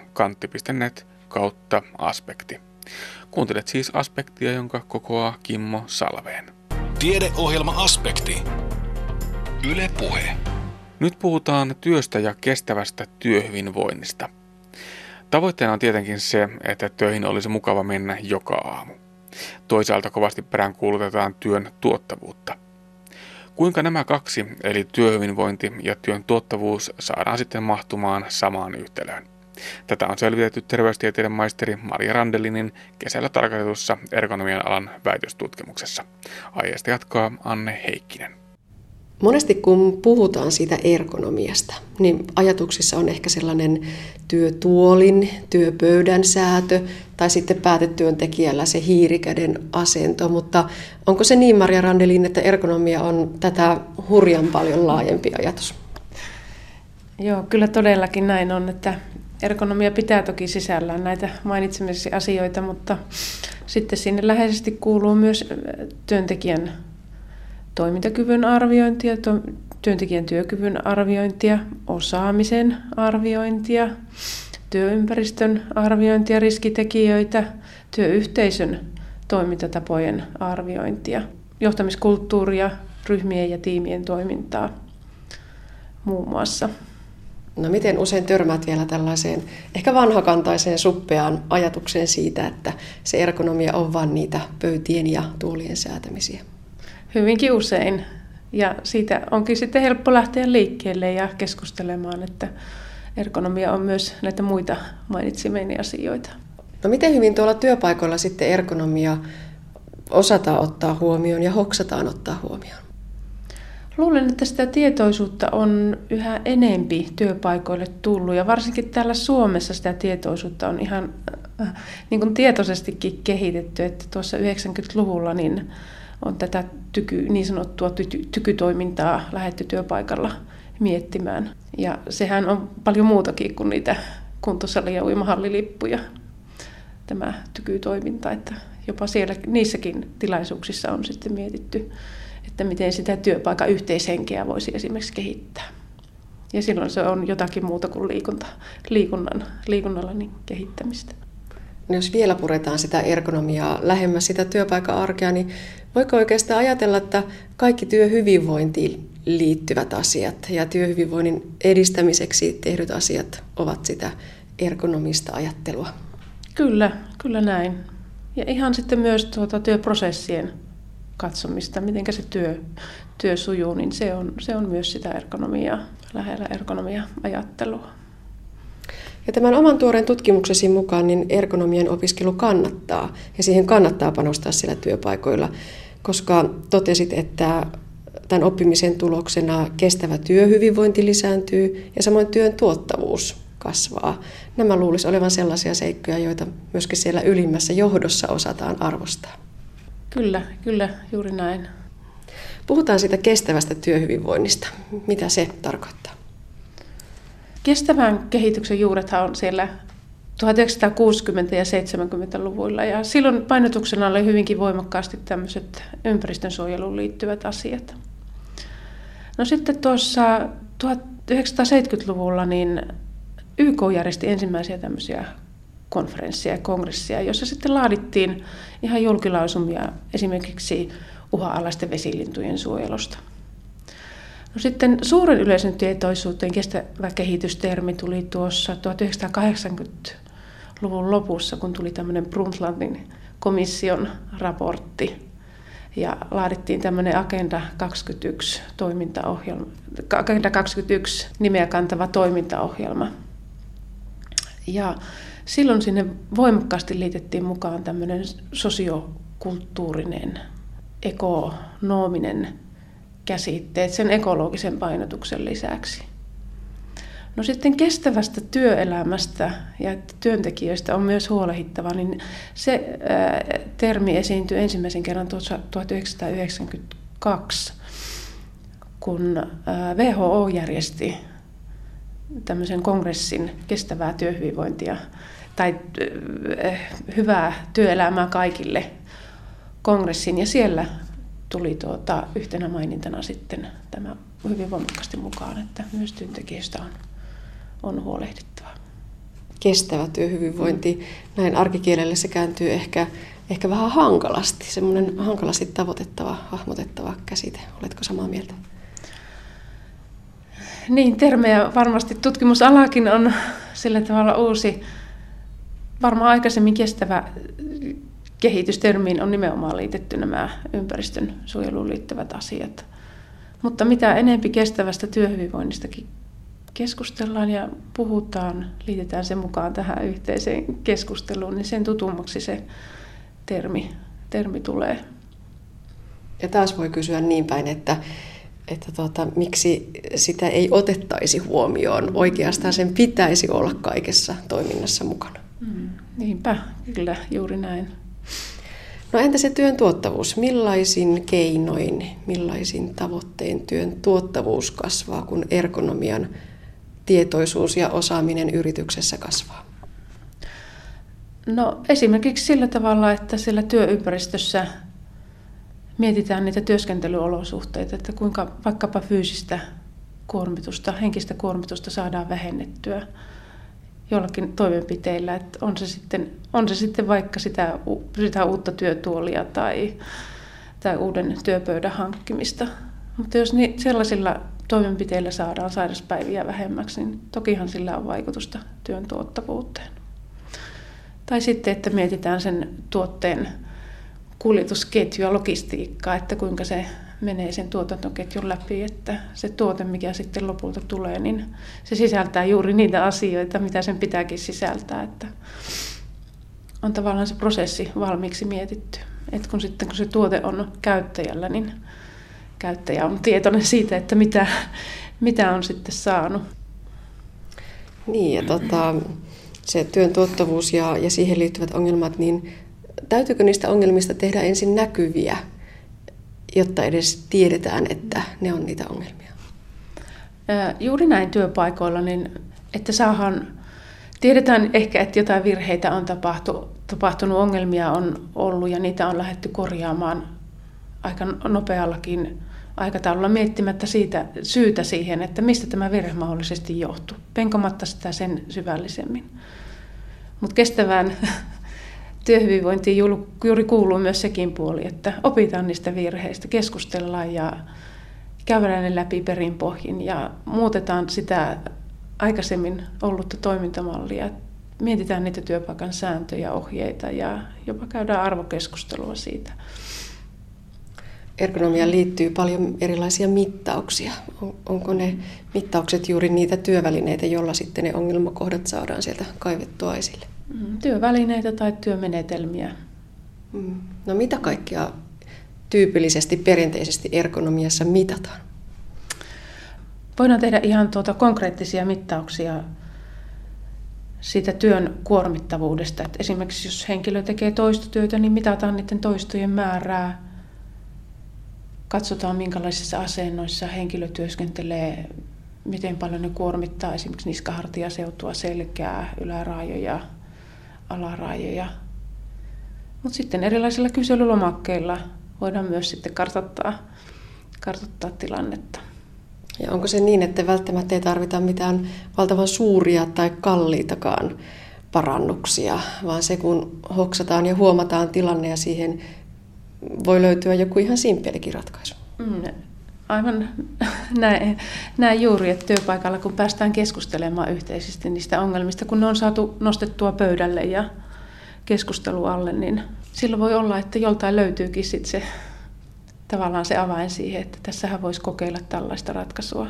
kantti.net/aspekti. Kuuntelet siis Aspektia, jonka kokoaa Kimmo Salveen. Tiedeohjelma Aspekti. Yle Puhe. Nyt puhutaan työstä ja kestävästä työhyvinvoinnista. Tavoitteena on tietenkin se, että töihin olisi mukava mennä joka aamu. Toisaalta kovasti peräänkuulutetaan työn tuottavuutta. Kuinka nämä kaksi, eli työhyvinvointi ja työn tuottavuus, saadaan sitten mahtumaan samaan yhtälöön? Tätä on selvitetty terveystieteiden maisteri Maria Randelinin kesällä tarkoitetussa ergonomian alan väitöstutkimuksessa. Aiheesta jatkaa Anne Heikkinen. Monesti kun puhutaan siitä ergonomiasta, niin ajatuksissa on ehkä sellainen työtuolin, työpöydän säätö tai sitten päätetyöntekijällä se hiirikäden asento. Mutta onko se niin, Maria Randelin, että ergonomia on tätä hurjan paljon laajempi ajatus? Joo, kyllä todellakin näin on, että ergonomia pitää toki sisällään näitä mainitsemisia asioita, mutta sitten sinne läheisesti kuuluu myös työntekijän toimintakyvyn arviointia, työntekijän työkyvyn arviointia, osaamisen arviointia, työympäristön arviointia, riskitekijöitä, työyhteisön toimintatapojen arviointia, johtamiskulttuuria, ryhmien ja tiimien toimintaa muun muassa. No miten usein törmäät vielä tällaiseen ehkä vanhakantaiseen suppeaan ajatukseen siitä, että se ergonomia on vain niitä pöytien ja tuolien säätämisiä? Hyvinkin usein. Ja siitä onkin sitten helppo lähteä liikkeelle ja keskustelemaan, että ergonomia on myös näitä muita mainitsemieni asioita. No miten hyvin tuolla työpaikoilla sitten ergonomia osataan ottaa huomioon ja hoksataan ottaa huomioon? Luulen, että sitä tietoisuutta on yhä enempi työpaikoille tullut ja varsinkin täällä Suomessa sitä tietoisuutta on ihan niin kuin tietoisestikin kehitetty, että tuossa 90-luvulla niin on tätä niin sanottua tykytoimintaa lähdetty työpaikalla miettimään. Ja sehän on paljon muutakin kuin niitä kuntosali- ja uimahallilippuja, tämä tykytoiminta, että jopa siellä niissäkin tilaisuuksissa on sitten mietitty, että miten sitä työpaikan yhteishenkeä voisi esimerkiksi kehittää. Ja silloin se on jotakin muuta kuin liikunnalla niin kehittämistä. No jos vielä puretaan sitä ergonomiaa lähemmäs sitä työpaikan arkea, niin voiko oikeastaan ajatella, että kaikki työhyvinvointiin liittyvät asiat ja työhyvinvoinnin edistämiseksi tehdyt asiat ovat sitä ergonomista ajattelua? Kyllä näin. Ja ihan sitten myös työprosessien katsomista, miten se työ sujuu, niin se on myös sitä ergonomiaa, lähellä ergonomia-ajattelua. Ja tämän oman tuoreen tutkimuksesi mukaan niin ergonomian opiskelu kannattaa ja siihen kannattaa panostaa siellä työpaikoilla, koska totesit, että tämän oppimisen tuloksena kestävä työhyvinvointi lisääntyy ja samoin työn tuottavuus kasvaa. Nämä luulisi olevan sellaisia seikkoja, joita myöskin siellä ylimmässä johdossa osataan arvostaa. Kyllä, juuri näin. Puhutaan siitä kestävästä työhyvinvoinnista. Mitä se tarkoittaa? Kestävän kehityksen juurethan on siellä 1960- ja 70-luvuilla ja silloin painotuksena oli hyvinkin voimakkaasti tämmöiset ympäristönsuojeluun liittyvät asiat. No sitten tuossa 1970-luvulla niin YK järjesti ensimmäisiä tämmöisiä konferensseja ja kongresseja, joissa sitten laadittiin ihan julkilausumia esimerkiksi uhanalaisten vesilintujen suojelusta. No sitten suuren yleisön tietoisuuteen kestävä kehitystermi tuli tuossa 1980-luvun lopussa, kun tuli tämmöinen Brundtlandin komission raportti ja laadittiin tämmöinen Agenda 21 toimintaohjelma, Agenda 21 nimeä kantava toimintaohjelma. Ja silloin sinne voimakkaasti liitettiin mukaan tämmöinen sosiokulttuurinen, ekonominen käsitteet sen ekologisen painotuksen lisäksi. No sitten kestävästä työelämästä ja työntekijöistä on myös huolehdittava, niin se termi esiintyi ensimmäisen kerran 1992, kun WHO järjesti tämmöisen kongressin kestävää työhyvinvointia tai hyvää työelämää kaikille kongressin ja siellä tuli yhtenä mainintana sitten tämä hyvin voimakkaasti mukaan, että myös työntekijöistä on huolehdittava. Kestävä työhyvinvointi, näin arkikielelle se kääntyy ehkä vähän hankalasti, semmoinen hankalasti tavoitettava, hahmotettava käsite. Oletko samaa mieltä? Niin, termejä varmasti tutkimusalakin on sillä tavalla uusi. Varmaan aikaisemmin kestävä kehitystermiin on nimenomaan liitetty nämä ympäristön suojeluun liittyvät asiat. Mutta mitä enempi kestävästä työhyvinvoinnistakin keskustellaan ja puhutaan, liitetään se mukaan tähän yhteiseen keskusteluun, niin sen tutummaksi se termi tulee. Ja taas voi kysyä niin päin, että miksi sitä ei otettaisi huomioon. Oikeastaan sen pitäisi olla kaikessa toiminnassa mukana. Niinpä, kyllä, juuri näin. No entä se työn tuottavuus? Millaisin keinoin, millaisin tavoittein työn tuottavuus kasvaa, kun ergonomian tietoisuus ja osaaminen yrityksessä kasvaa? No esimerkiksi sillä tavalla, että siellä työympäristössä mietitään niitä työskentelyolosuhteita, että kuinka vaikkapa fyysistä kuormitusta, henkistä kuormitusta saadaan vähennettyä jollakin toimenpiteillä, että on se sitten vaikka sitä uutta työtuolia tai uuden työpöydän hankkimista Mutta jos sellaisilla toimenpiteillä saadaan sairaspäiviä vähemmäksi, niin tokihan sillä on vaikutusta työn tuottavuuteen. Tai sitten, että mietitään sen tuotteen kuljetusketjua, logistiikkaa, että kuinka se menee sen tuotantoketjun läpi, että se tuote, mikä sitten lopulta tulee, niin se sisältää juuri niitä asioita, mitä sen pitääkin sisältää, että on tavallaan se prosessi valmiiksi mietitty. Että kun se tuote on käyttäjällä, niin käyttäjä on tietoinen siitä, että mitä on sitten saanut. Niin, ja se työn tuottavuus ja siihen liittyvät ongelmat, niin täytyykö niistä ongelmista tehdä ensin näkyviä, jotta edes tiedetään, että ne on niitä ongelmia? Juuri näin työpaikoilla, niin että tiedetään ehkä, että jotain virheitä on tapahtunut, ongelmia on ollut ja niitä on lähdetty korjaamaan aika nopeallakin aikataululla miettimättä syytä siihen, että mistä tämä virhe mahdollisesti johtuu, penkomatta sitä sen syvällisemmin. Mutta kestävään työhyvinvointiin juuri kuuluu myös sekin puoli, että opitaan niistä virheistä, keskustellaan ja käydään ne läpi perinpohjin ja muutetaan sitä aikaisemmin ollutta toimintamallia. Mietitään niitä työpaikan sääntöjä, ohjeita ja jopa käydään arvokeskustelua siitä. Ergonomiaan liittyy paljon erilaisia mittauksia. Onko ne mittaukset juuri niitä työvälineitä, joilla sitten ne ongelmakohdat saadaan sieltä kaivettua esille? Työvälineitä tai työmenetelmiä. No mitä kaikkea tyypillisesti perinteisesti ergonomiassa mitataan? Voidaan tehdä ihan konkreettisia mittauksia siitä työn kuormittavuudesta. Et esimerkiksi jos henkilö tekee toistotyötä, niin mitataan niiden toistojen määrää. Katsotaan, minkälaisissa asennoissa henkilö työskentelee, miten paljon ne kuormittaa esimerkiksi niskahartiaseutua, selkää, yläraajoja, alaraajoja. Mutta sitten erilaisilla kyselylomakkeilla voidaan myös sitten kartoittaa tilannetta. Ja onko se niin, että välttämättä ei tarvita mitään valtavan suuria tai kalliitakaan parannuksia, vaan se kun hoksataan ja huomataan tilanne ja siihen voi löytyä joku ihan simppelikin ratkaisu? Aivan näin juuri, että työpaikalla kun päästään keskustelemaan yhteisesti niistä ongelmista, kun ne on saatu nostettua pöydälle ja keskustelu alle, niin silloin voi olla, että joltain löytyykin sitten tavallaan se avain siihen, että tässähän voisi kokeilla tällaista ratkaisua.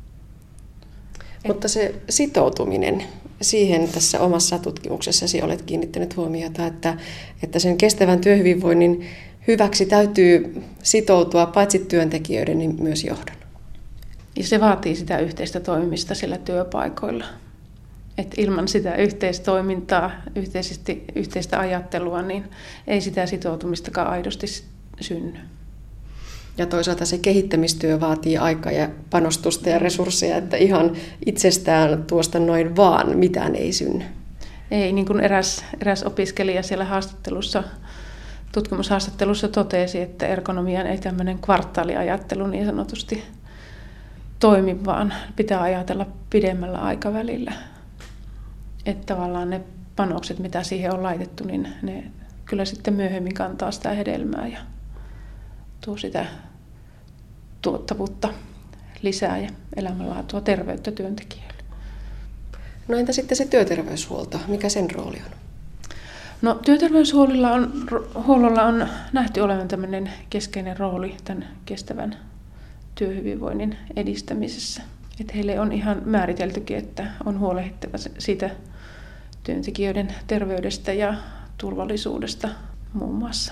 Mutta se sitoutuminen, siihen tässä omassa tutkimuksessasi olet kiinnittänyt huomiota, että sen kestävän työhyvinvoinnin hyväksi täytyy sitoutua paitsi työntekijöiden, niin myös johdon. Ja se vaatii sitä yhteistä toimimista sillä työpaikoilla. Et ilman sitä yhteistoimintaa, yhteistä ajattelua, niin ei sitä sitoutumistakaan aidosti synny. Ja toisaalta se kehittämistyö vaatii aikaa ja panostusta ja resursseja, että ihan itsestään tuosta noin vaan mitään ei synny. Ei, niin kuin eräs opiskelija siellä tutkimushaastattelussa totesi, että ergonomian ei tämmöinen kvartaaliajattelu niin sanotusti toimi, vaan pitää ajatella pidemmällä aikavälillä. Että tavallaan ne panokset, mitä siihen on laitettu, niin ne kyllä sitten myöhemmin kantaa sitä hedelmää ja tuo sitä tuottavuutta lisää ja elämänlaatua, terveyttä työntekijöille. No entä sitten se työterveyshuolto? Mikä sen rooli on? No, työterveyshuollolla on nähty olevan tämmöinen keskeinen rooli tämän kestävän työhyvinvoinnin edistämisessä. Että heille on ihan määriteltykin, että on huolehdittava siitä työntekijöiden terveydestä ja turvallisuudesta muun muassa.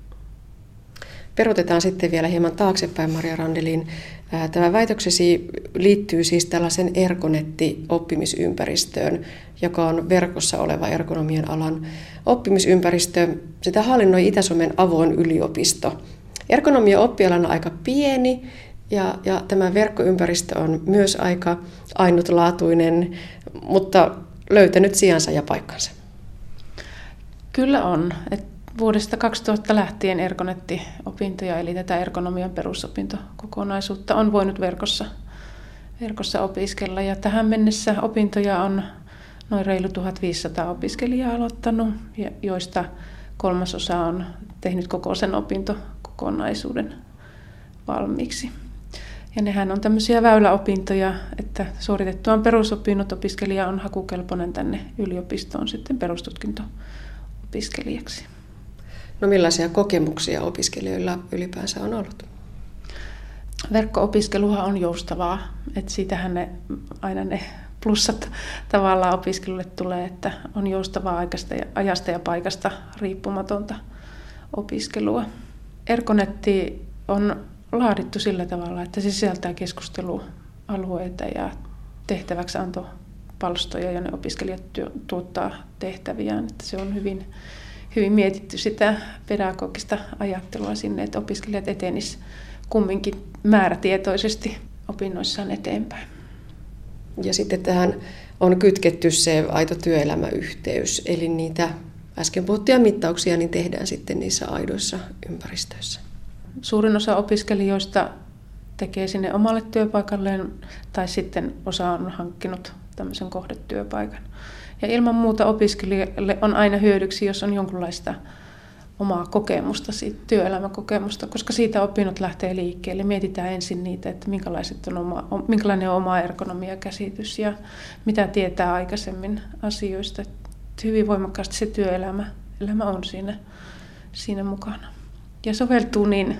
Perutetaan sitten vielä hieman taaksepäin, Maria Randelin. Tämä väitöksesi liittyy siis tällaisen Ergonetti-oppimisympäristöön, joka on verkossa oleva ergonomian alan oppimisympäristö. Sitä hallinnoi Itä-Suomen avoin yliopisto. Ergonomia oppialana aika pieni ja tämä verkkoympäristö on myös aika ainutlaatuinen, mutta löytänyt sijansa ja paikkansa. Kyllä on. Vuodesta 2000 lähtien Ergonetti-opintoja, eli tätä ergonomian perusopintokokonaisuutta, on voinut verkossa opiskella. Ja tähän mennessä opintoja on noin reilu 1500 opiskelijaa aloittanut, joista 1/3 on tehnyt koko sen opintokokonaisuuden valmiiksi. Ja nehän on tämmöisiä väyläopintoja, että suoritettuaan perusopinnot opiskelija on hakukelpoinen tänne yliopistoon sitten perustutkinto-opiskelijaksi. No millaisia kokemuksia opiskelijoilla ylipäänsä on ollut? Verkko-opiskeluhan on joustavaa, että siitähän aina ne plussat tavallaan opiskelulle tulee, että on joustavaa ajasta ja paikasta riippumatonta opiskelua. Erkonetti on laadittu sillä tavalla, että se sisältää keskustelualueita ja tehtäväksi antopalstoja, ja ne opiskelijat tuottaa tehtäviään. Että se on hyvin mietitty sitä pedagogista ajattelua sinne, että opiskelijat etenisivät kumminkin määrätietoisesti opinnoissaan eteenpäin. Ja sitten tähän on kytketty se aito työelämäyhteys, eli niitä äsken puhuttuja mittauksia niin tehdään sitten niissä aidoissa ympäristöissä. Suurin osa opiskelijoista tekee sinne omalle työpaikalleen, tai sitten osa on hankkinut tämmöisen kohdetyöpaikan. Ja ilman muuta opiskelijalle on aina hyödyksi, jos on jonkunlaista omaa kokemusta, siitä työelämäkokemusta, koska siitä opinnot lähtee liikkeelle. Mietitään ensin niitä, että minkälainen on oma ergonomiakäsitys ja mitä tietää aikaisemmin asioista. Että hyvin voimakkaasti se työelämä on siinä mukana. Ja soveltuu niin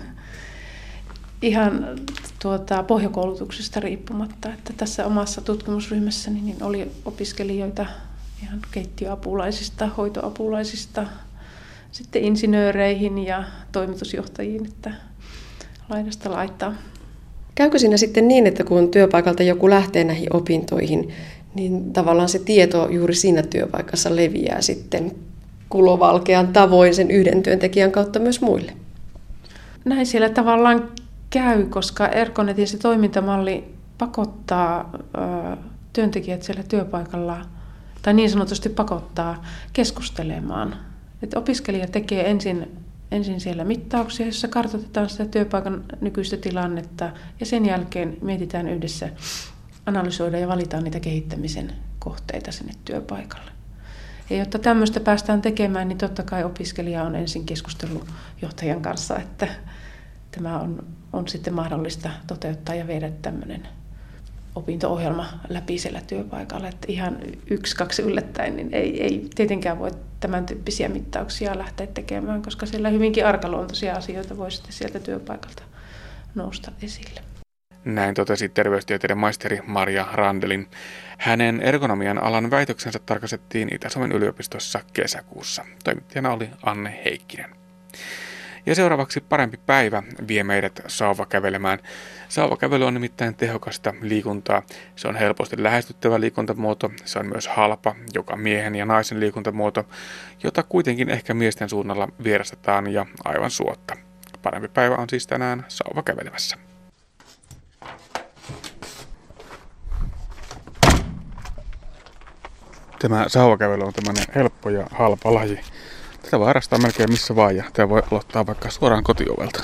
ihan pohjakoulutuksesta riippumatta, että tässä omassa tutkimusryhmässäni niin oli opiskelijoita ihan keittiöapulaisista, hoitoapulaisista, sitten insinööreihin ja toimitusjohtajiin, että laidasta laittaa. Käykö siinä sitten niin, että kun työpaikalta joku lähtee näihin opintoihin, niin tavallaan se tieto juuri siinä työpaikassa leviää sitten kulovalkean tavoin sen yhden työntekijän kautta myös muille? Näin siellä tavallaan käy, koska Erkonetin se toimintamalli pakottaa työntekijät siellä työpaikalla, tai niin sanotusti pakottaa keskustelemaan. Että opiskelija tekee ensin siellä mittauksia, jossa kartoitetaan sitä työpaikan nykyistä tilannetta, ja sen jälkeen mietitään yhdessä, analysoidaan ja valitaan niitä kehittämisen kohteita sinne työpaikalle. Ja jotta tämmöistä päästään tekemään, niin totta kai opiskelija on ensin keskustelujohtajan kanssa, että tämä on sitten mahdollista toteuttaa ja viedä tämmöinen opinto-ohjelma läpi siellä työpaikalla. Että ihan 1-2 yllättäen niin ei tietenkään voi tämän tyyppisiä mittauksia lähteä tekemään, koska siellä hyvinkin arkaluontoisia asioita voi sitten sieltä työpaikalta nousta esille. Näin totesi terveystieteiden maisteri Marja Randelin. Hänen ergonomian alan väitöksensä tarkastettiin Itä-Suomen yliopistossa kesäkuussa. Toimittajana oli Anne Heikkinen. Ja seuraavaksi parempi päivä vie meidät sauvakävelemään. Sauvakävely on nimittäin tehokasta liikuntaa. Se on helposti lähestyttävä liikuntamuoto. Se on myös halpa, joka miehen ja naisen liikuntamuoto, jota kuitenkin ehkä miesten suunnalla vierastetaan ja aivan suotta. Parempi päivä on siis tänään sauvakävelemässä. Tämä sauvakävely on tämmöinen helppo ja halpa laji. Tätä voi harrastaa melkein missä vaan ja tämä voi aloittaa vaikka suoraan kotiovelta.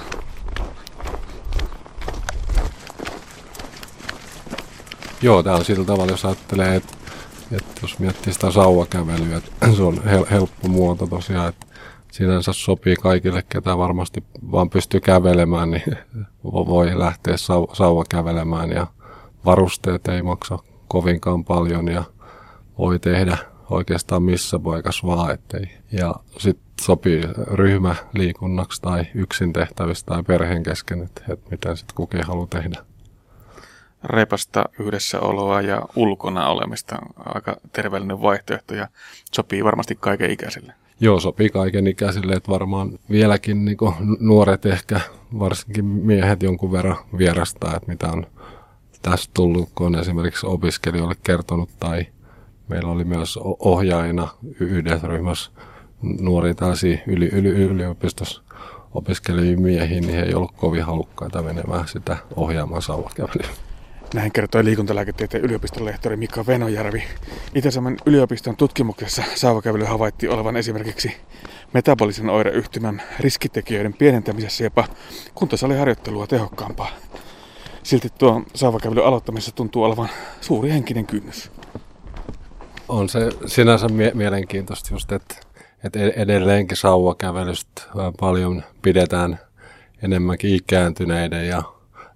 Joo, tämä on sillä tavalla, jos ajattelee, että jos miettii sitä sauvakävelyä, että se on helppo muoto tosiaan, että sinänsä sopii kaikille, ketä varmasti vaan pystyy kävelemään, niin voi lähteä sauvakävelemään ja varusteet ei maksa kovinkaan paljon ja voi tehdä oikeastaan missä paikassa vaan, ettei. Ja sitten sopii ryhmäliikunnaksi tai yksin tehtävistä tai perheen kesken, että miten sitten kukin haluaa tehdä. Repasta yhdessäoloa ja ulkona olemista aika terveellinen vaihtoehto ja sopii varmasti kaiken ikäisille. Joo, sopii kaiken ikäisille, että varmaan vieläkin niin nuoret ehkä, varsinkin miehet jonkun verran vierastaa, että mitä on tästä tullut, kun on esimerkiksi opiskelijoille kertonut tai meillä oli myös ohjaajina yhdessä ryhmässä nuoria tällaisia yliopistossa opiskelijia miehiä, niin he ei ollut kovin halukkaita menemään sitä ohjaamaan sauvakävelyä. Näin kertoi liikuntalääketieteen yliopiston lehtori Mika Venojärvi. Itä-Suomen yliopiston tutkimuksessa sauvakävely havaittiin olevan esimerkiksi metabolisen oireyhtymän riskitekijöiden pienentämisessä jopa kuntosaliharjoittelua tehokkaampaa. Silti tuo sauvakävelyn aloittamisessa tuntuu olevan suuri henkinen kynnys. On se sinänsä mielenkiintoista just, että edelleenkin sauvakävelystä paljon pidetään enemmänkin ikääntyneiden ja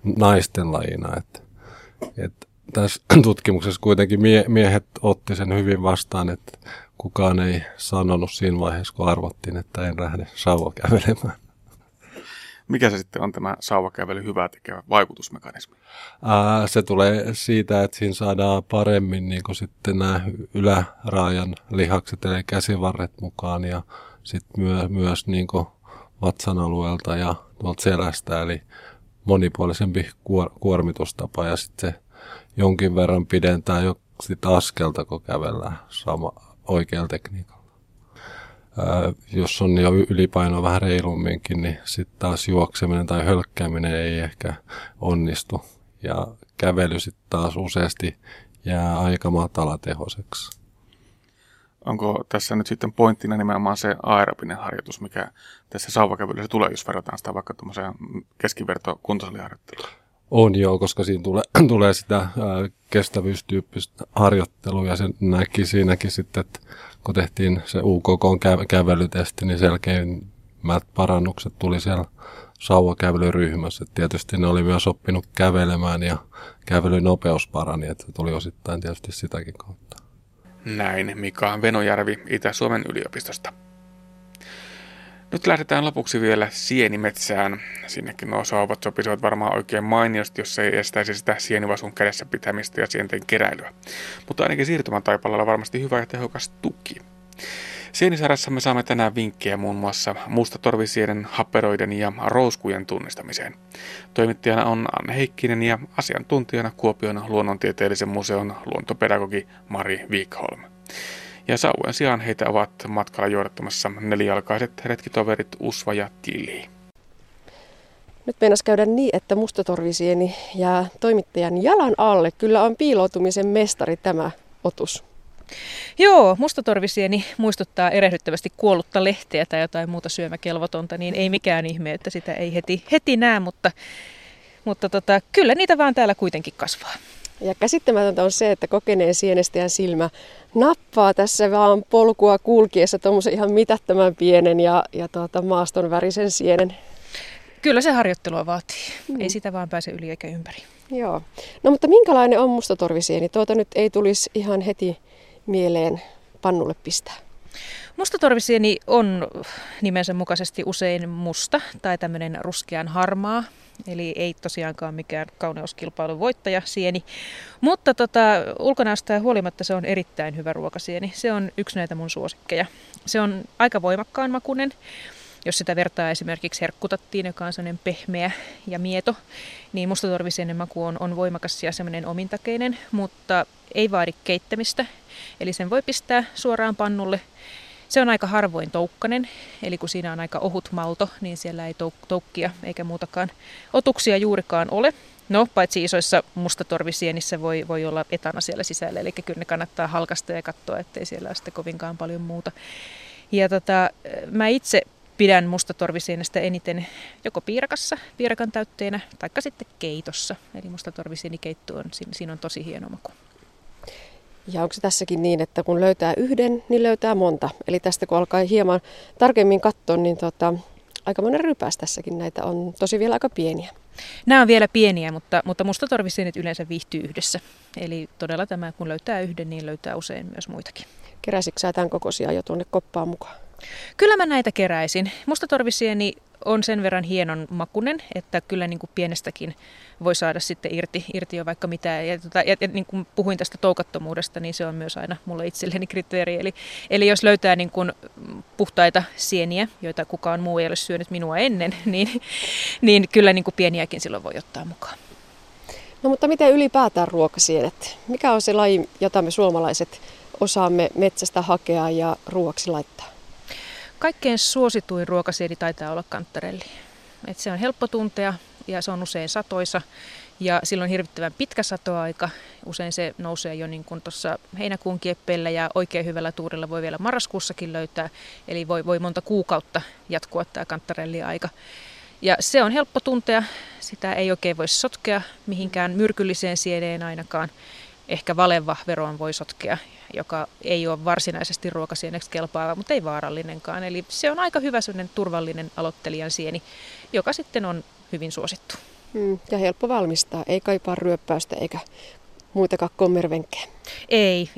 naisten lajina. Että tässä tutkimuksessa kuitenkin miehet otti sen hyvin vastaan, että kukaan ei sanonut siinä vaiheessa, kun arvottiin, että en lähde sauvakävelemään. Mikä se sitten on tämä sauvakävely hyvää tekevä vaikutusmekanismi? Se tulee siitä, että siinä saadaan paremmin niin kuin sitten nämä yläraajan lihakset, eli käsivarret mukaan, ja sitten myös niin kuin vatsan alueelta ja tuolta selästä, eli monipuolisempi kuormitustapa, ja sitten se jonkin verran pidentää jo sit askelta, kun kävellään oikealla tekniikalla. Jos on jo ylipaino vähän reilumminkin, niin sitten taas juokseminen tai hölkkääminen ei ehkä onnistu. Ja kävely sitten taas useasti jää aika matalatehoiseksi. Onko tässä nyt sitten pointtina nimenomaan se aerobinen harjoitus, mikä tässä sauvakävelyssä tulee, jos verrataan sitä vaikka tuommoiseen keskivertokuntosaliharjoitteluun? On joo, koska siinä tulee sitä kestävyystyyppistä harjoittelua, ja se näki siinäkin sitten, että kun tehtiin se UKK-kävelytesti, niin selkeimmät parannukset tuli siellä sauvakävelyryhmässä. Et tietysti ne oli myös oppinut kävelemään ja kävelynopeus parani, että se tuli osittain tietysti sitäkin kautta. Näin Mika Venojärvi Itä-Suomen yliopistosta. Nyt lähdetään lopuksi vielä sienimetsään. Sinnekin nuo sauvat sopisivat varmaan oikein mainiosti, jos se ei estäisi sitä sienivasun kädessä pitämistä ja sienten keräilyä. Mutta ainakin siirtymätaipaleella varmasti hyvä ja tehokas tuki. Sienisarjassa me saamme tänään vinkkejä muun muassa mustatorvisienen, happeroiden ja rouskujen tunnistamiseen. Toimittajana on Anne Heikkinen ja asiantuntijana Kuopion luonnontieteellisen museon luontopedagogi Mari Wikholm. Ja sauvojen sijaan heitä ovat matkalla johdattamassa nelijalkaiset retkitoverit Usva ja Tilli. Nyt meinas käydä niin, että mustatorvisieni jää toimittajan jalan alle. Kyllä on piiloutumisen mestari tämä otus. Joo, mustatorvisieni muistuttaa erehdyttävästi kuollutta lehteä tai jotain muuta syömäkelvotonta, niin ei mikään ihme, että sitä ei heti näe, mutta kyllä niitä vaan täällä kuitenkin kasvaa. Ja käsittämätöntä on se, että kokeneen sienestäjän silmä nappaa tässä vaan polkua kulkiessa tuommoisen ihan mitättömän pienen ja maaston värisen sienen. Kyllä se harjoittelua vaatii. Ei sitä vaan pääse yli eikä ympäri. Joo. No mutta minkälainen on mustatorvisieni? Nyt ei tulisi ihan heti mieleen pannulle pistää. Mustatorvisieni on nimensä mukaisesti usein musta tai tämmöinen ruskean harmaa. Eli ei tosiaankaan mikään kauneuskilpailun voittaja sieni. Mutta ulkonäöstä huolimatta se on erittäin hyvä ruokasieni. Se on yksi näitä mun suosikkeja. Se on aika voimakkaan makuinen. Jos sitä vertaa esimerkiksi herkkutattiin, joka on sellainen pehmeä ja mieto, niin mustatorvisienen maku on voimakas ja semmoinen omintakeinen, mutta ei vaadi keittämistä. Eli sen voi pistää suoraan pannulle. Se on aika harvoin toukkanen, eli kun siinä on aika ohut malto, niin siellä ei toukkia eikä muutakaan otuksia juurikaan ole. No, paitsi isoissa mustatorvisienissä voi olla etana siellä sisällä, eli kyllä ne kannattaa halkaista ja katsoa, ettei siellä ole sitten kovinkaan paljon muuta. Ja mä itse pidän mustatorvisienestä eniten joko piirakan täytteenä, taikka sitten keitossa. Eli mustatorvisienekeitto siinä on tosi hieno maku. Ja onko se tässäkin niin, että kun löytää yhden, niin löytää monta? Eli tästä kun alkaa hieman tarkemmin katsoa, niin aika monen rypäs tässäkin näitä on tosi vielä aika pieniä. Nämä on vielä pieniä, mutta mustatorvisienet yleensä viihtyy yhdessä. Eli todella tämä, kun löytää yhden, niin löytää usein myös muitakin. Keräsitkö sä tämän kokoisia jo tuonne koppaan mukaan? Kyllä mä näitä keräisin. Mustatorvisieni on sen verran hienon makunen, että kyllä niin kuin pienestäkin voi saada sitten irti jo vaikka mitä. Ja niin kuin puhuin tästä toukattomuudesta, niin se on myös aina mulle itselleni kriteeri. Eli jos löytää niin kuin puhtaita sieniä, joita kukaan muu ei ole syönyt minua ennen, niin kyllä niin kuin pieniäkin silloin voi ottaa mukaan. No mutta miten ylipäätään ruokasienet? Mikä on se laji, jota me suomalaiset osaamme metsästä hakea ja ruoaksi laittaa? Kaikkein suosituin ruokasieni taitaa olla kanttarelli. Et se on helppo tuntea ja se on usein satoisa ja silloin hirvittävän pitkä satoaika. Usein se nousee jo niin kuin tuossa heinäkuun kieppeillä ja oikein hyvällä tuurilla voi vielä marraskuussakin löytää. Eli voi monta kuukautta jatkua tämä kanttarelli-aika. Ja se on helppo tuntea, sitä ei oikein voi sotkea mihinkään myrkylliseen sieneen ainakaan. Ehkä valevahveroon voi sotkea, joka ei ole varsinaisesti ruokasieneksi kelpaava, mutta ei vaarallinenkaan. Eli se on aika hyvä sellainen turvallinen aloittelijan sieni, joka sitten on hyvin suosittu. Ja helppo valmistaa, ei kaipaa ryöppäystä eikä muitakaan kommervenkkejä. Ei.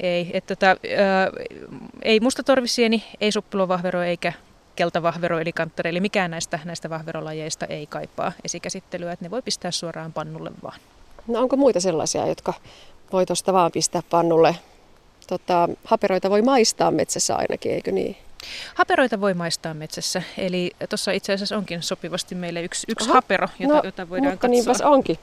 Ei mustatorvisieni, ei suppilovahvero eikä keltavahvero eli kantteri, eli mikään näistä vahverolajeista ei kaipaa esikäsittelyä, että ne voi pistää suoraan pannulle vaan. No onko muita sellaisia, jotka voi tuosta vaan pistää pannulle? Haperoita voi maistaa metsässä ainakin, eikö niin? Haperoita voi maistaa metsässä, eli tuossa itse asiassa onkin sopivasti meille yksi hapero, jota voidaan katsoa. Niinpäs onkin.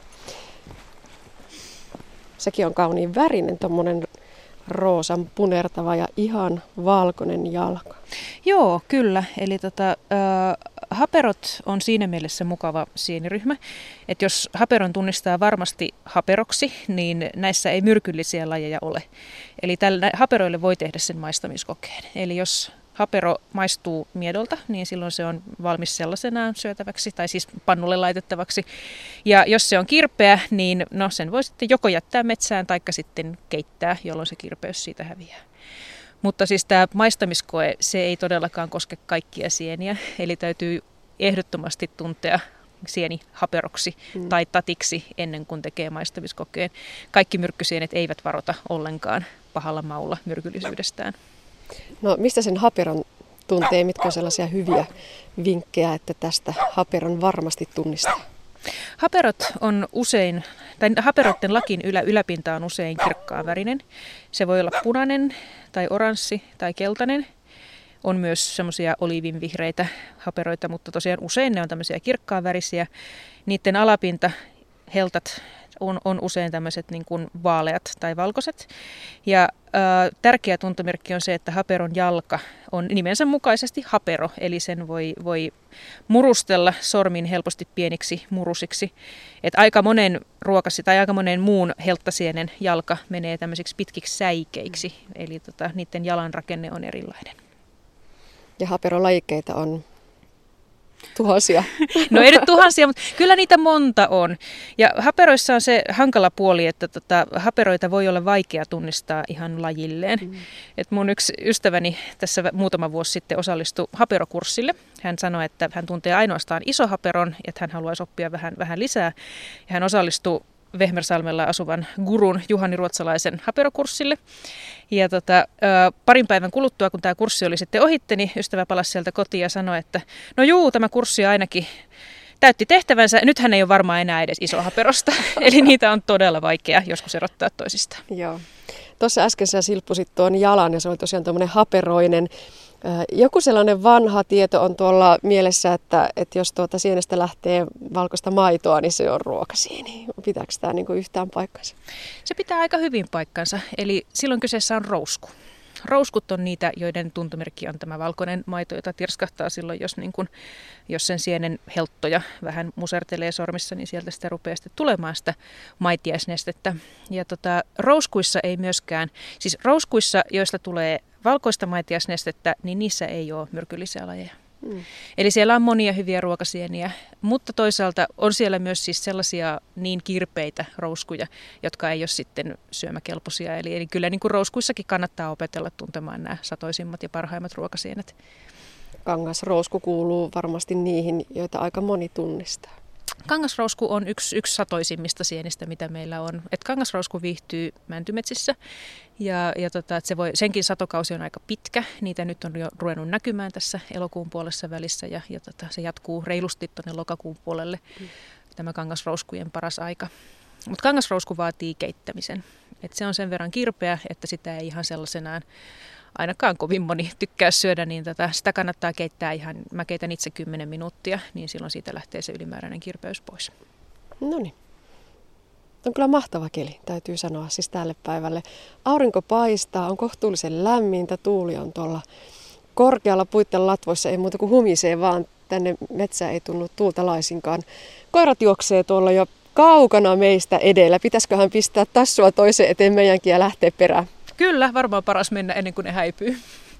Sekin on kauniin värinen, tuommoinen roosan punertava ja ihan valkoinen jalka. Joo, kyllä. Eli haperot on siinä mielessä mukava sieniryhmä, että jos haperon tunnistaa varmasti haperoksi, niin näissä ei myrkyllisiä lajeja ole. Eli haperoille voi tehdä sen maistamiskokeen. Eli jos hapero maistuu miedolta, niin silloin se on valmis sellaisenaan syötäväksi tai siis pannulle laitettavaksi. Ja jos se on kirpeä, niin sen voi sitten joko jättää metsään tai sitten keittää, jolloin se kirpeys siitä häviää. Mutta siis tämä maistamiskoe, se ei todellakaan koske kaikkia sieniä, eli täytyy ehdottomasti tuntea sieni haperoksi tai tatiksi ennen kuin tekee maistamiskokeen. Kaikki myrkkysienet eivät varota ollenkaan pahalla maulla myrkyllisyydestään. No mistä sen haperon tuntee, mitkä on sellaisia hyviä vinkkejä, että tästä haperon varmasti tunnistaa? Haperoiden lakin yläpinta on usein kirkkaanvärinen. Se voi olla punainen tai oranssi tai keltainen. On myös semmoisia oliivinvihreitä haperoita, mutta tosiaan usein ne on tämmöisiä kirkkaanvärisiä. Niiden alapinta, heltat, on usein tämmöiset niin kuin vaaleat tai valkoiset. Ja tärkeä tuntomerkki on se, että haperon jalka on nimensä mukaisesti hapero, eli sen voi murustella sormin helposti pieniksi murusiksi. Et aika monen ruokasi tai aika monen muun helttasienen jalka menee tämmöisiksi pitkiksi säikeiksi, eli niiden jalan rakenne on erilainen. Ja haperolajikkeita on tuhansia. No ei nyt tuhansia, mutta kyllä niitä monta on. Ja haperoissa on se hankala puoli, että haperoita voi olla vaikea tunnistaa ihan lajilleen. Et mun yksi ystäväni tässä muutama vuosi sitten osallistui haperokurssille. Hän sanoi, että hän tuntee ainoastaan isohaperon, että hän haluaisi oppia vähän lisää. Ja hän osallistui Vehmersalmella asuvan gurun Juhani Ruotsalaisen haperokurssille. Ja parin päivän kuluttua, kun tämä kurssi oli sitten ohitte, niin ystävä palasi sieltä kotiin ja sanoi, että no juu, tämä kurssi ainakin täytti tehtävänsä. Nyt hän ei ole varmaan enää edes isohaperosta. Eli niitä on todella vaikea joskus erottaa toisistaan. Joo. Tuossa äsken sä silppusit tuon jalan ja se oli tosiaan tuommoinen haperoinen. Joku sellainen vanha tieto on tuolla mielessä, että jos tuota sienestä lähtee valkoista maitoa, niin se on ruokasieni. Pitääkö tämä niin kuin yhtään paikkansa? Se pitää aika hyvin paikkansa. Eli silloin kyseessä on rousku. Rouskut on niitä, joiden tuntomerkki on tämä valkoinen maito, jota tirskahtaa silloin, jos sen sienen helttoja vähän musertelee sormissa, niin sieltä sitä rupeaa sitten tulemaan sitä maitiaisnestettä. Ja rouskuissa ei myöskään, siis rouskuissa, joista tulee valkoista maitiaisnestettä, niin niissä ei ole myrkyllisiä lajeja. Eli siellä on monia hyviä ruokasieniä, mutta toisaalta on siellä myös siis sellaisia niin kirpeitä rouskuja, jotka ei ole sitten syömäkelpoisia. Eli kyllä niin kuin rouskuissakin kannattaa opetella tuntemaan nämä satoisimmat ja parhaimmat ruokasienet. Kangasrousku kuuluu varmasti niihin, joita aika moni tunnistaa. Kangasrousku on yksi satoisimmista sienistä, mitä meillä on. Et kangasrousku viihtyy mäntymetsissä ja senkin satokausi on aika pitkä. Niitä nyt on jo ruvennut näkymään tässä elokuun puolessa välissä ja se jatkuu reilusti tuonne lokakuun puolelle, tämä kangasrouskujen paras aika. Mutta kangasrousku vaatii keittämisen. Et se on sen verran kirpeä, että sitä ei ihan sellaisenaan ainakaan kovin moni tykkää syödä, niin sitä kannattaa keittää ihan, mä keitän itse 10 minuuttia, niin silloin siitä lähtee se ylimääräinen kirpeys pois. No niin. On kyllä mahtava keli, täytyy sanoa siis tälle päivälle. Aurinko paistaa, on kohtuullisen lämmintä, tuuli on tuolla korkealla puitten latvoissa, ei muuta kuin humisee, vaan tänne metsään ei tunnu tuulta laisinkaan. Koirat juoksee tuolla jo kaukana meistä edellä. Pitäisiköhän pistää tassua toiseen eteen meidänkin ja lähteä perään? Kyllä, varmaan paras mennä ennen kuin ne häipyy.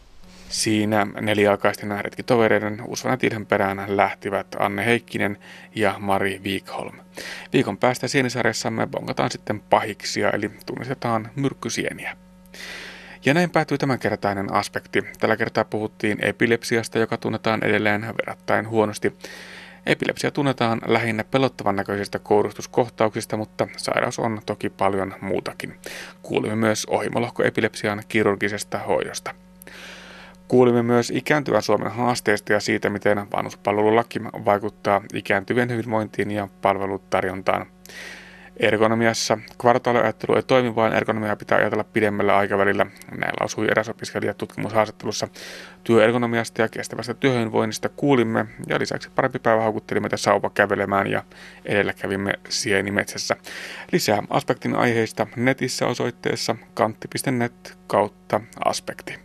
Siinä nelijalkaisten retkitovereiden Usvana Tilhän perään lähtivät Anne Heikkinen ja Mari Wikholm. Viikon päästä sienisarjassamme bongataan sitten pahiksia, eli tunnistetaan myrkkysieniä. Ja näin päättyy tämänkertainen aspekti. Tällä kertaa puhuttiin epilepsiasta, joka tunnetaan edelleen verrattain huonosti. Epilepsia tunnetaan lähinnä pelottavan näköisistä kouristuskohtauksista, mutta sairaus on toki paljon muutakin. Kuulimme myös ohimolohkoepilepsian kirurgisesta hoidosta. Kuulimme myös ikääntyvän Suomen haasteista ja siitä, miten vanhuspalvelulaki vaikuttaa ikääntyvien hyvinvointiin ja palvelutarjontaan. Ergonomiassa kvartaaliajattelu ei toimi, vaan ergonomiaa pitää ajatella pidemmällä aikavälillä. Näin lausui eräs opiskelija tutkimushaastattelussa. Työergonomiasta ja kestävästä työhyvinvoinnista kuulimme, ja lisäksi parempi päivä haukutteli meitä sauva kävelemään ja edellä kävimme sienimetsässä. Lisää Aspektin aiheista netissä osoitteessa kantti.net/aspekti.